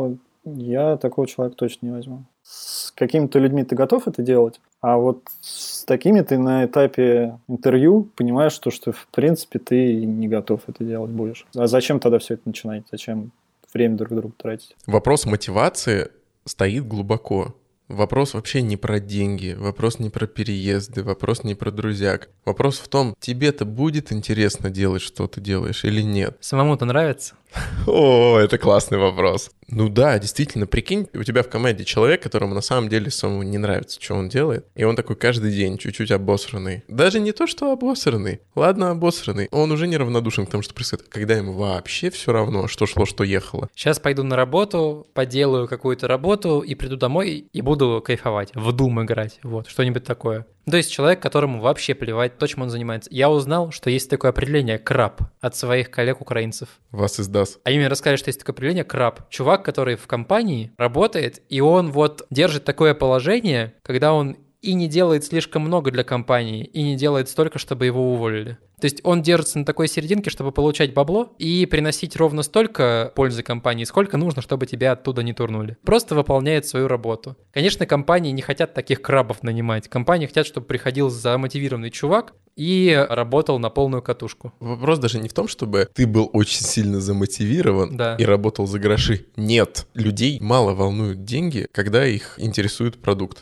Я такого человека точно не возьму. С какими-то людьми ты готов это делать, а вот с такими ты на этапе интервью понимаешь, что, что в принципе ты не готов это делать будешь. А зачем тогда все это начинать? Зачем время друг друга тратить? Вопрос мотивации стоит глубоко. Вопрос вообще не про деньги, вопрос не про переезды, вопрос не про друзьяк. Вопрос в том, тебе-то будет интересно делать, что ты делаешь, или нет? Самому-то нравится? О, это классный вопрос. Ну да, действительно, прикинь, у тебя в команде человек, которому на самом деле самому не нравится, что он делает, и он такой каждый день чуть-чуть обосранный. Даже не то, что обосранный. Ладно, обосранный. Он уже неравнодушен к тому, что происходит. Когда ему вообще все равно, что шло, что ехало. Сейчас пойду на работу, поделаю какую-то работу и приду домой и буду кайфовать, в Doom играть, вот, что-нибудь такое. То есть человек, которому вообще плевать то, чем он занимается. Я узнал, что есть такое определение «краб» от своих коллег-украинцев. Вас издаст. Они мне рассказали, что есть такое определение «краб». Чувак, который в компании работает, и он вот держит такое положение, когда он и не делает слишком много для компании, и не делает столько, чтобы его уволили. То есть он держится на такой серединке, чтобы получать бабло и приносить ровно столько пользы компании, сколько нужно, чтобы тебя оттуда не турнули. Просто выполняет свою работу. Конечно, компании не хотят таких крабов нанимать. Компании хотят, чтобы приходил замотивированный чувак и работал на полную катушку. Вопрос даже не в том, чтобы ты был очень сильно замотивирован да. и работал за гроши. Нет, людей мало волнуют деньги, когда их интересует продукт.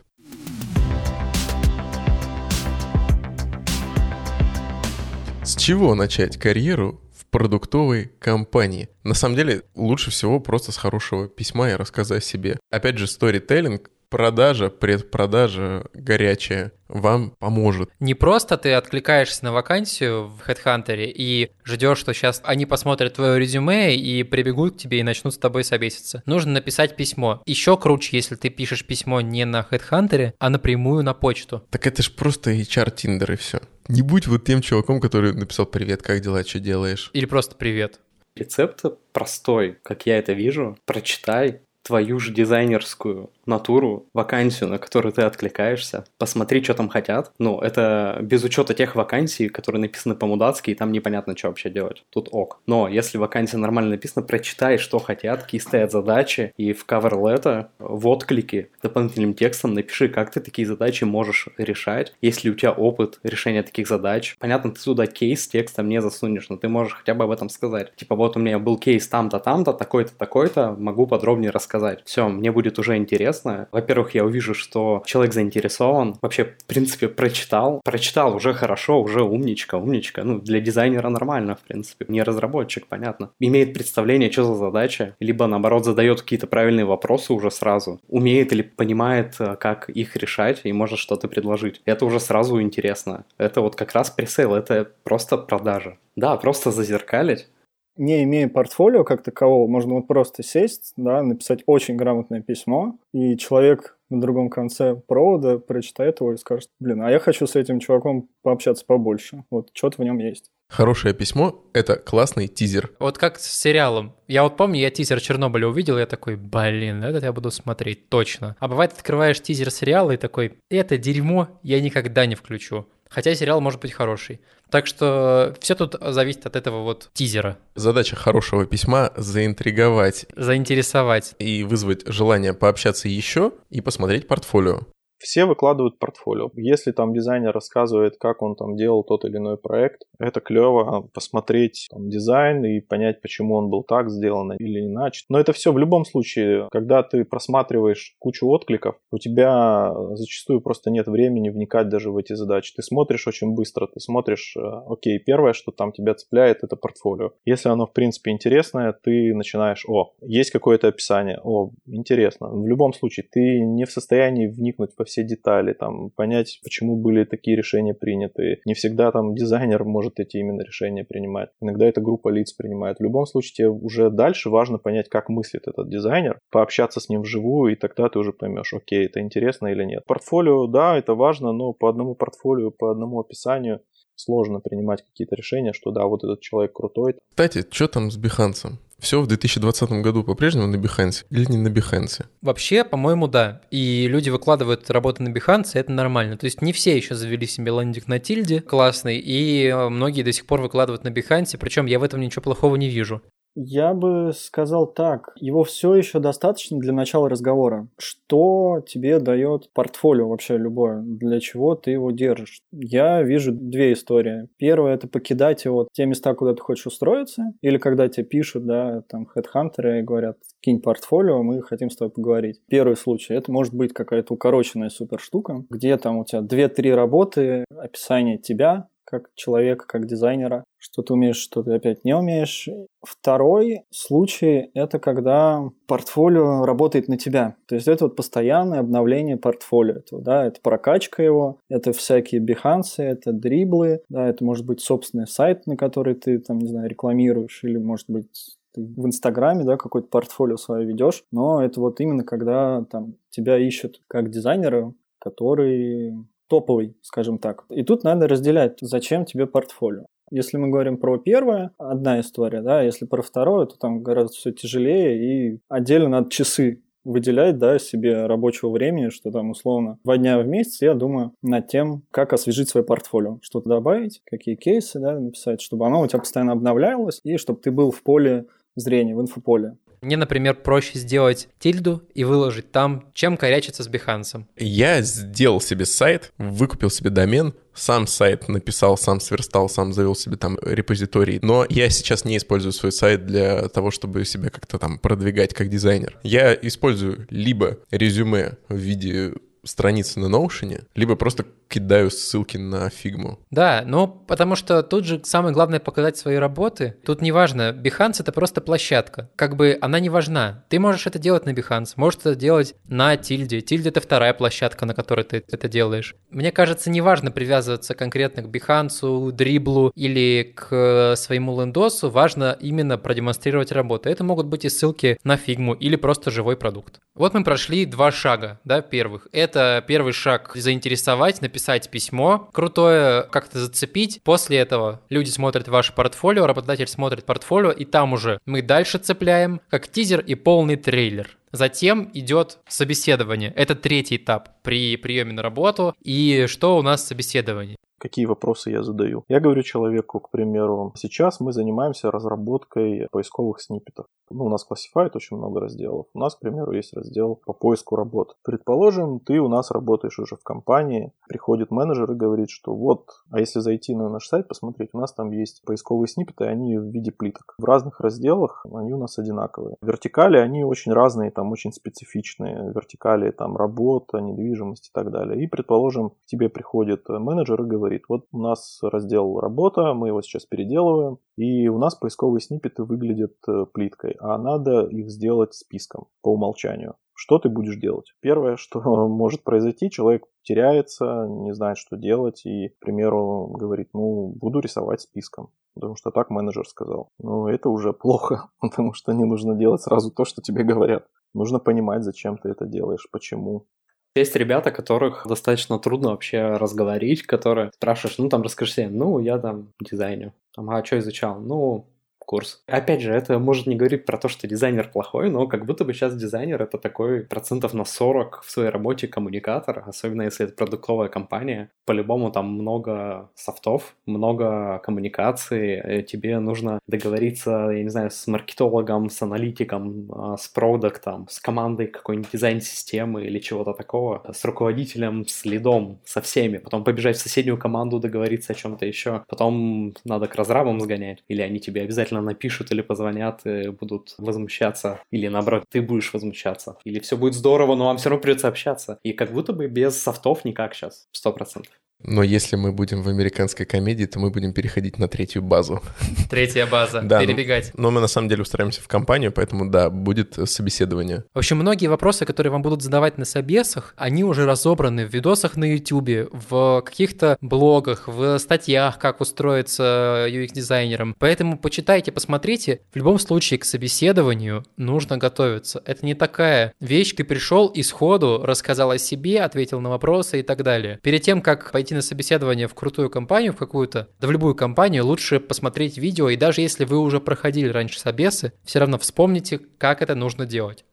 С чего начать карьеру в продуктовой компании? На самом деле, лучше всего просто с хорошего письма и рассказа о себе. Опять же, сторителлинг, продажа, предпродажа горячая вам поможет. Не просто ты откликаешься на вакансию в HeadHunter и ждешь, что сейчас они посмотрят твое резюме и прибегут к тебе и начнут с тобой собеситься. Нужно написать письмо. Еще круче, если ты пишешь письмо не на HeadHunter, а напрямую на почту. Так это ж просто эйч ар Tinder и все. Не будь вот тем чуваком, который написал «Привет, как дела, что делаешь?» Или просто «Привет». Рецепт простой, как я это вижу. Прочитай твою же дизайнерскую натуру, вакансию, на которую ты откликаешься, посмотри, что там хотят. Ну, это без учета тех вакансий, которые написаны по-мудацки, и там непонятно, что вообще делать. Тут ок. Но если вакансия нормально написана, прочитай, что хотят, какие стоят задачи, и в cover-letter, в отклике, дополнительным текстом напиши, как ты такие задачи можешь решать, есть ли у тебя опыт решения таких задач. Понятно, ты туда кейс текстом не засунешь, но ты можешь хотя бы об этом сказать. Типа, вот у меня был кейс там-то, там-то, такой-то, такой-то, могу подробнее рассказать. Все, мне будет уже интересно. Во-первых, я увижу, что человек заинтересован, вообще, в принципе, прочитал. Прочитал уже хорошо, уже умничка, умничка. Ну, для дизайнера нормально, в принципе. Не разработчик, понятно. Имеет представление, что за задача, либо, наоборот, задает какие-то правильные вопросы уже сразу. Умеет или понимает, как их решать, и может что-то предложить. Это уже сразу интересно. Это вот как раз пресейл, это просто продажа. Да, просто зазеркалить. Не имея портфолио как такового, можно вот просто сесть, да, написать очень грамотное письмо, и человек на другом конце провода прочитает его и скажет: блин, а я хочу с этим чуваком пообщаться побольше. Вот что-то в нем есть. Хорошее письмо — это классный тизер. Вот как с сериалом. Я вот помню, я тизер Чернобыля увидел, я такой: блин, этот я буду смотреть, точно. А бывает, открываешь тизер сериала и такой: это дерьмо я никогда не включу. Хотя сериал может быть хороший. Так что все тут зависит от этого вот тизера. Задача хорошего письма — заинтриговать. Заинтересовать. И вызвать желание пообщаться еще и посмотреть портфолио. Все выкладывают портфолио. Если там дизайнер рассказывает, как он там делал тот или иной проект, это клево посмотреть там дизайн и понять, почему он был так сделан или иначе. Но это все в любом случае, когда ты просматриваешь кучу откликов, у тебя зачастую просто нет времени вникать даже в эти задачи. Ты смотришь очень быстро, ты смотришь, окей, первое, что там тебя цепляет, это портфолио. Если оно в принципе интересное, ты начинаешь: о, есть какое-то описание, о, интересно. В любом случае, ты не в состоянии вникнуть во все детали, там, понять, почему были такие решения приняты. Не всегда там дизайнер может эти именно решения принимать. Иногда это группа лиц принимает. В любом случае, тебе уже дальше важно понять, как мыслит этот дизайнер, пообщаться с ним вживую, и тогда ты уже поймешь, окей, это интересно или нет. Портфолио, да, это важно, но по одному портфолио, по одному описанию сложно принимать какие-то решения, что да, вот этот человек крутой. Кстати, что там с Behance? Все в две тысячи двадцатом году по-прежнему на Behance или не на Behance? Вообще, по-моему, да. И люди выкладывают работы на Behance, и это нормально. То есть не все еще завели себе лендинг на тильде классный, и многие до сих пор выкладывают на Behance, причем я в этом ничего плохого не вижу. Я бы сказал так, его все еще достаточно для начала разговора. Что тебе дает портфолио вообще любое? Для чего ты его держишь? Я вижу две истории. Первая – это покидать его те места, куда ты хочешь устроиться, или когда тебе пишут, да, там, хедхантеры и говорят, кинь портфолио, мы хотим с тобой поговорить. Первый случай – это может быть какая-то укороченная супер штука, где там у тебя две-три работы, описание тебя, как человека, как дизайнера, что ты умеешь, что ты опять не умеешь. Второй случай – это когда портфолио работает на тебя. То есть это вот постоянное обновление портфолио. Это, да, это прокачка его, это всякие бихансы, это дриблы, да, это может быть собственный сайт, на который ты, там, не знаю, рекламируешь, или, может быть, ты в Инстаграме, да, какое-то портфолио свое ведешь, но это вот именно когда там тебя ищут как дизайнера, который топовый, скажем так. И тут надо разделять, зачем тебе портфолио. Если мы говорим про первое, одна история, да, если про второе, то там гораздо все тяжелее, и отдельно надо часы выделять, да, себе рабочего времени, что там условно два дня в месяц я думаю над тем, как освежить свое портфолио, что-то добавить, какие кейсы, да, написать, чтобы оно у тебя постоянно обновлялось, и чтобы ты был в поле зрения, в инфополе. Мне, например, проще сделать тильду и выложить там, чем корячиться с Behance. Я сделал себе сайт, выкупил себе домен, сам сайт написал, сам сверстал, сам завел себе там репозиторий. Но я сейчас не использую свой сайт для того, чтобы себя как-то там продвигать как дизайнер. Я использую либо резюме в виде страницы на Notion, либо просто кидаю ссылки на фигму. Да, ну потому что тут же самое главное показать свои работы. Тут не важно, Behance — это просто площадка. Как бы она не важна. Ты можешь это делать на Behance, можешь это делать на Тильде. Тильде — это вторая площадка, на которой ты это делаешь. Мне кажется, не важно привязываться конкретно к Behance, дриблу или к своему лендосу. Важно именно продемонстрировать работу. Это могут быть и ссылки на фигму или просто живой продукт. Вот мы прошли два шага, да, первых. Это первый шаг — заинтересовать, написать письмо крутое, как-то зацепить. После этого люди смотрят ваше портфолио, работодатель смотрит портфолио, и там уже мы дальше цепляем как тизер и полный трейлер. Затем идет собеседование. Это третий этап при приеме на работу. И что у нас в собеседовании? Какие вопросы я задаю? Я говорю человеку, к примеру, сейчас мы занимаемся разработкой поисковых сниппетов. Ну, у нас Classified очень много разделов. У нас, к примеру, есть раздел по поиску работ. Предположим, ты у нас работаешь уже в компании, приходит менеджер и говорит, что вот, а если зайти на наш сайт, посмотреть, у нас там есть поисковые сниппеты, они в виде плиток. В разных разделах они у нас одинаковые. Вертикали, они очень разные, там очень специфичные. Вертикали, там работа, недвижимость и так далее. И, предположим, к тебе приходит менеджер и говорит, вот у нас раздел работа, мы его сейчас переделываем, и у нас поисковые сниппеты выглядят плиткой, а надо их сделать списком по умолчанию. Что ты будешь делать? Первое, что может произойти, человек теряется, не знает, что делать, и, к примеру, говорит, ну, буду рисовать списком, потому что так менеджер сказал. Но это уже плохо, потому что не нужно делать сразу то, что тебе говорят. Нужно понимать, зачем ты это делаешь, почему. Есть ребята, которых достаточно трудно вообще разговорить, которые спрашиваешь, ну там расскажи себе, ну я там дизайнер, там, а что изучал? Ну, курс. Опять же, это может не говорить про то, что дизайнер плохой, но как будто бы сейчас дизайнер — это такой процентов на сорок в своей работе коммуникатор, особенно если это продуктовая компания. По-любому там много софтов, много коммуникаций, тебе нужно договориться, я не знаю, с маркетологом, с аналитиком, с продуктом, с командой какой-нибудь дизайн-системы или чего-то такого, с руководителем, с лидом, со всеми, потом побежать в соседнюю команду, договориться о чем-то еще, потом надо к разрабам сгонять, или они тебе обязательно напишут или позвонят и будут возмущаться, или наоборот, ты будешь возмущаться, или все будет здорово, но вам все равно придется общаться. И как будто бы без софтов никак сейчас, сто процентов. Но если мы будем в американской комедии, то мы будем переходить на третью базу. Третья база. Да, перебегать. Но, но мы на самом деле устраиваемся в компанию, поэтому да, будет собеседование. В общем, многие вопросы, которые вам будут задавать на собесах, они уже разобраны в видосах на YouTube, в каких-то блогах, в статьях, как устроиться ю экс-дизайнером. Поэтому почитайте, посмотрите. В любом случае к собеседованию нужно готовиться. Это не такая вещь, ты пришел и сходу рассказал о себе, ответил на вопросы и так далее. Перед тем, как пойти на собеседование в крутую компанию, в какую-то, да в любую компанию, лучше посмотреть видео, и даже если вы уже проходили раньше собесы, все равно вспомните, как это нужно делать.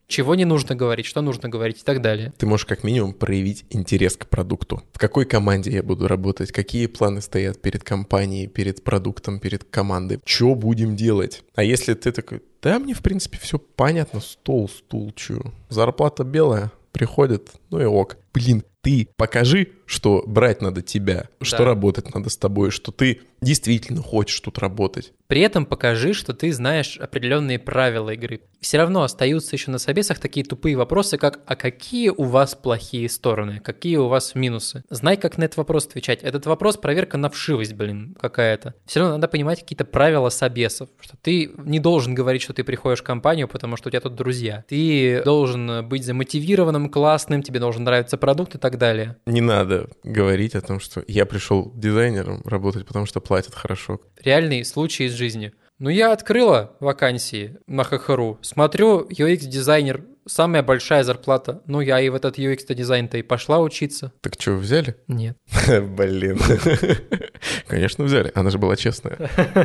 чего не нужно говорить, что нужно говорить и так далее. Ты можешь как минимум проявить интерес к продукту. В какой команде я буду работать, какие планы стоят перед компанией, перед продуктом, перед командой, что будем делать. А если ты такой, да, мне в принципе все понятно, стол, стул, чё, зарплата белая, приходит, ну и ок. Блин, ты покажи, что брать надо тебя, да. что работать надо с тобой, что ты действительно хочешь тут работать. При этом покажи, что ты знаешь определенные правила игры. Все равно остаются еще на собесах такие тупые вопросы, как «а какие у вас плохие стороны? Какие у вас минусы?» Знай, как на этот вопрос отвечать. Этот вопрос — проверка на вшивость, блин, какая-то. Все равно надо понимать какие-то правила собесов, что ты не должен говорить, что ты приходишь в компанию, потому что у тебя тут друзья. Ты должен быть замотивированным, классным, тебе должен нравиться продукт и так далее. Не надо говорить о том, что я пришел дизайнером работать, потому что платят хорошо. Реальный случай из жизни. Ну, я открыла вакансии на ХХРУ, смотрю, ю экс-дизайнер, самая большая зарплата. Ну, я и в этот ю экс-дизайн-то и пошла учиться. Так что, взяли? Нет. Блин. Конечно, взяли. Она же была честная.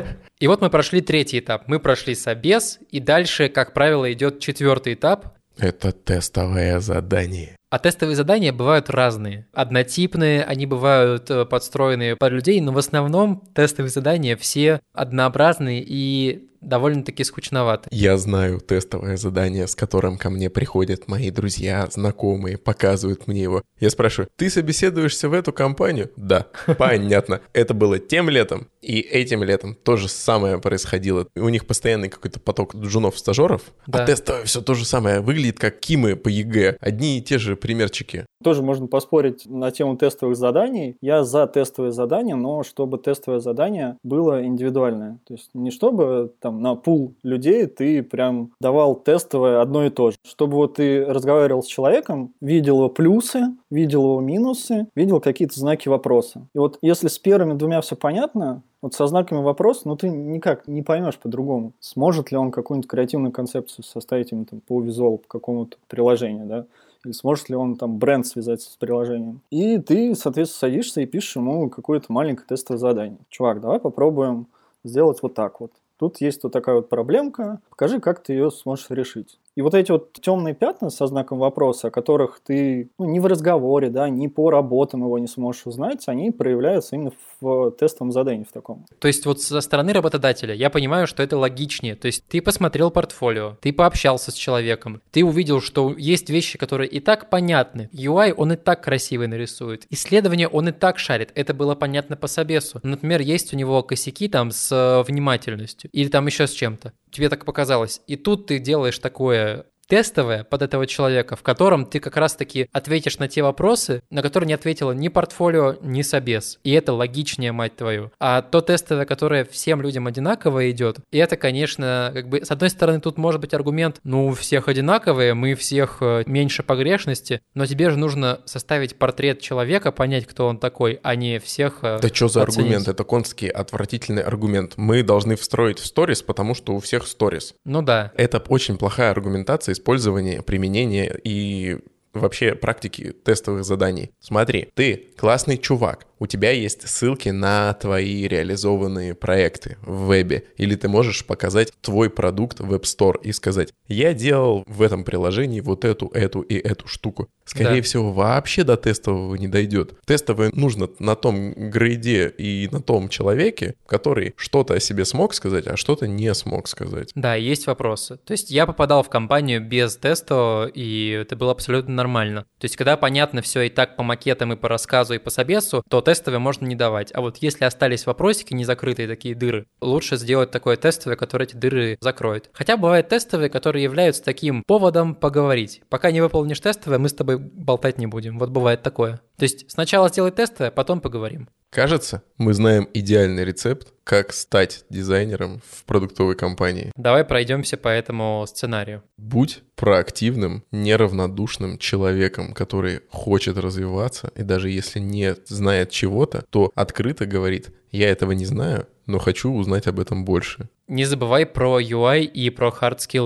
И вот мы прошли третий этап. Мы прошли собес, и дальше, как правило, идет четвертый этап. Это тестовое задание. А тестовые задания бывают разные. Однотипные, они бывают подстроенные под людей, но в основном тестовые задания все однообразные и довольно-таки скучноваты. Я знаю тестовое задание, с которым ко мне приходят мои друзья, знакомые, показывают мне его. Я спрашиваю, ты собеседуешься в эту компанию? Да, понятно. Это было тем летом, и этим летом то же самое происходило. У них постоянный какой-то поток джунов-стажеров, да. А тестовое все то же самое. Выглядит как кимы по ЕГЭ. Одни и те же примерчики. Тоже можно поспорить на тему тестовых заданий. Я за тестовые задания, но чтобы тестовое задание было индивидуальное. То есть не чтобы там на пул людей ты прям давал тестовое одно и то же. Чтобы вот ты разговаривал с человеком, видел его плюсы, видел его минусы, видел какие-то знаки вопроса. И вот если с первыми двумя все понятно, вот со знаками вопроса, ну ты никак не поймешь по-другому. Сможет ли он какую-нибудь креативную концепцию составить именно там, по визуалу, по какому-то приложению, да? Или сможет ли он там бренд связать с приложением. И ты, соответственно, садишься и пишешь ему какое-то маленькое тестовое задание. Чувак, давай попробуем сделать вот так вот. Тут есть вот такая вот проблемка, покажи, как ты ее сможешь решить. И вот эти вот темные пятна со знаком вопроса, о которых ты ну, ни в разговоре, да, ни по работам его не сможешь узнать, они проявляются именно в тестовом задании в таком. То есть вот со стороны работодателя я понимаю, что это логичнее. То есть ты посмотрел портфолио, ты пообщался с человеком, ты увидел, что есть вещи, которые и так понятны. ю ай он и так красивый нарисует. Исследование он и так шарит. Это было понятно по собесу. Например, есть у него косяки там с внимательностью или там еще с чем-то. Тебе так показалось. И тут ты делаешь такое тестовое под этого человека, в котором ты как раз-таки ответишь на те вопросы, на которые не ответила ни портфолио, ни собес. И это логичнее, мать твою. А то тестовое, которое всем людям одинаково идет, и это, конечно, как бы, с одной стороны, тут может быть аргумент, ну, у всех одинаковые, мы всех меньше погрешности, но тебе же нужно составить портрет человека, понять, кто он такой, а не всех Да что за оценить. аргумент? Это конский отвратительный аргумент. Мы должны встроить в сторис, потому что у всех сторис. Ну да. Это очень плохая аргументация использования, применения и вообще практики тестовых заданий. Смотри, ты классный чувак, у тебя есть ссылки на твои реализованные проекты в вебе, или ты можешь показать твой продукт в App Store и сказать, я делал в этом приложении вот эту, эту и эту штуку. Скорее Да. всего, вообще до тестового не дойдет. Тестовое нужно на том грейде и на том человеке, который что-то о себе смог сказать, а что-то не смог сказать. Да, есть вопросы. То есть я попадал в компанию без тестового, и это было абсолютно нормально. То есть когда понятно все и так по макетам, и по рассказу, и по собесу, то тестовое можно не давать. А вот если остались вопросики, незакрытые такие дыры, лучше сделать такое тестовое, которое эти дыры закроет. Хотя бывают тестовые, которые являются таким поводом поговорить. Пока не выполнишь тестовое, мы с тобой болтать не будем. Вот бывает такое. То есть сначала сделай тестовое, потом поговорим. Кажется, мы знаем идеальный рецепт, как стать дизайнером в продуктовой компании. Давай пройдемся по этому сценарию. Будь проактивным, неравнодушным человеком, который хочет развиваться, и даже если не знает чего-то, то открыто говорит, я этого не знаю, но хочу узнать об этом больше. Не забывай про ю ай и про хард-скиллы.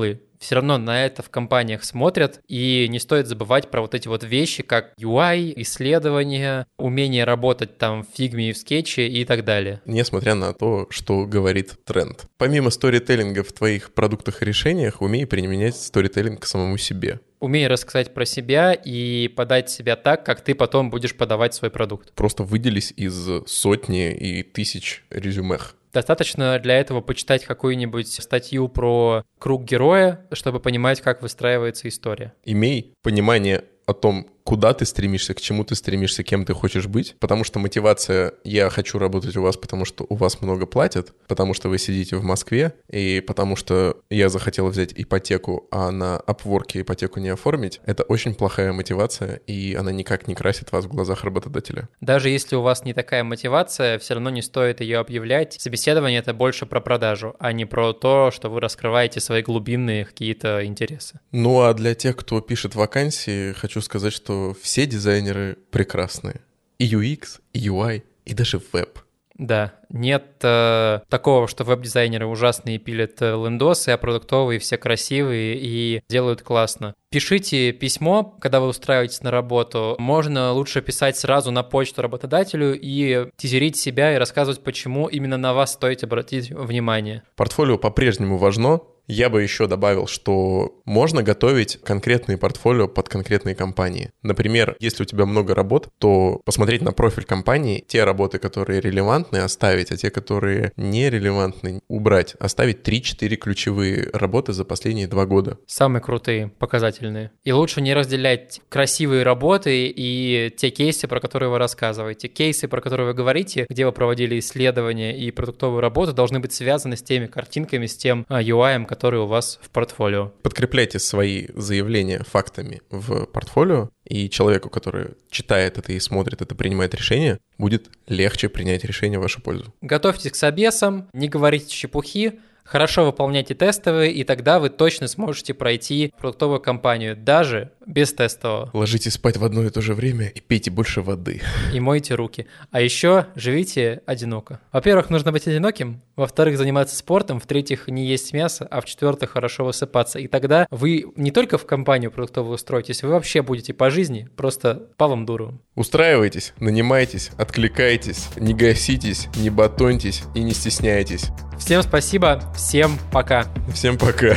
все равно на это в компаниях смотрят, и не стоит забывать про вот эти вот вещи, как ю ай, исследования, умение работать там в фигме и в скетче и так далее. Несмотря на то, что говорит тренд. Помимо сторителлинга в твоих продуктах и решениях, умей применять сторителлинг к самому себе. Умей рассказать про себя и подать себя так, как ты потом будешь подавать свой продукт. Просто выделись из сотни и тысяч резюмех. Достаточно для этого почитать какую-нибудь статью про круг героя, чтобы понимать, как выстраивается история. Имей понимание о том, куда ты стремишься, к чему ты стремишься, кем ты хочешь быть, потому что мотивация «я хочу работать у вас, потому что у вас много платят», потому что вы сидите в Москве, и потому что я захотел взять ипотеку, а на Upwork ипотеку не оформить, это очень плохая мотивация, и она никак не красит вас в глазах работодателя. Даже если у вас не такая мотивация, все равно не стоит ее объявлять. Собеседование — это больше про продажу, а не про то, что вы раскрываете свои глубинные какие-то интересы. Ну а для тех, кто пишет вакансии, хочу сказать, что все дизайнеры прекрасные. И ю экс, и ю ай, и даже веб. Да, нет э, такого, что веб-дизайнеры ужасные пилят э, лендосы, а продуктовые все красивые и делают классно. Пишите письмо, когда вы устраиваетесь на работу. Можно лучше писать сразу на почту работодателю и тизерить себя и рассказывать, почему именно на вас стоит обратить внимание. Портфолио по-прежнему важно. Я бы еще добавил, что можно готовить конкретные портфолио под конкретные компании. Например, если у тебя много работ, то посмотреть на профиль компании, те работы, которые релевантны, оставить, а те, которые нерелевантны, убрать. Оставить три-четыре ключевые работы за последние два года. Самые крутые, показательные. И лучше не разделять красивые работы и те кейсы, про которые вы рассказываете. Кейсы, про которые вы говорите, где вы проводили исследования и продуктовую работу, должны быть связаны с теми картинками, с тем ю ай, который у вас в портфолио. Подкрепляйте свои заявления фактами в портфолио, и человеку, который читает это и смотрит это, принимает решение, будет легче принять решение в вашу пользу. Готовьтесь к собесам, не говорите чепухи, хорошо выполняйте тестовые, и тогда вы точно сможете пройти продуктовую кампанию, даже без тестового. Ложитесь спать в одно и то же время и пейте больше воды. И мойте руки. А еще живите одиноко. Во-первых, нужно быть одиноким, во-вторых, заниматься спортом, в-третьих, не есть мясо, а в-четвертых, хорошо высыпаться. И тогда вы не только в компанию продуктовую устроитесь, вы вообще будете по жизни просто Павлом Дуровым. Устраивайтесь, нанимайтесь, откликайтесь, не гаситесь, не батоньтесь и не стесняйтесь. Всем спасибо, всем пока. Всем пока.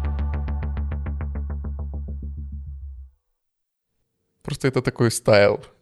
Просто это такой стайл.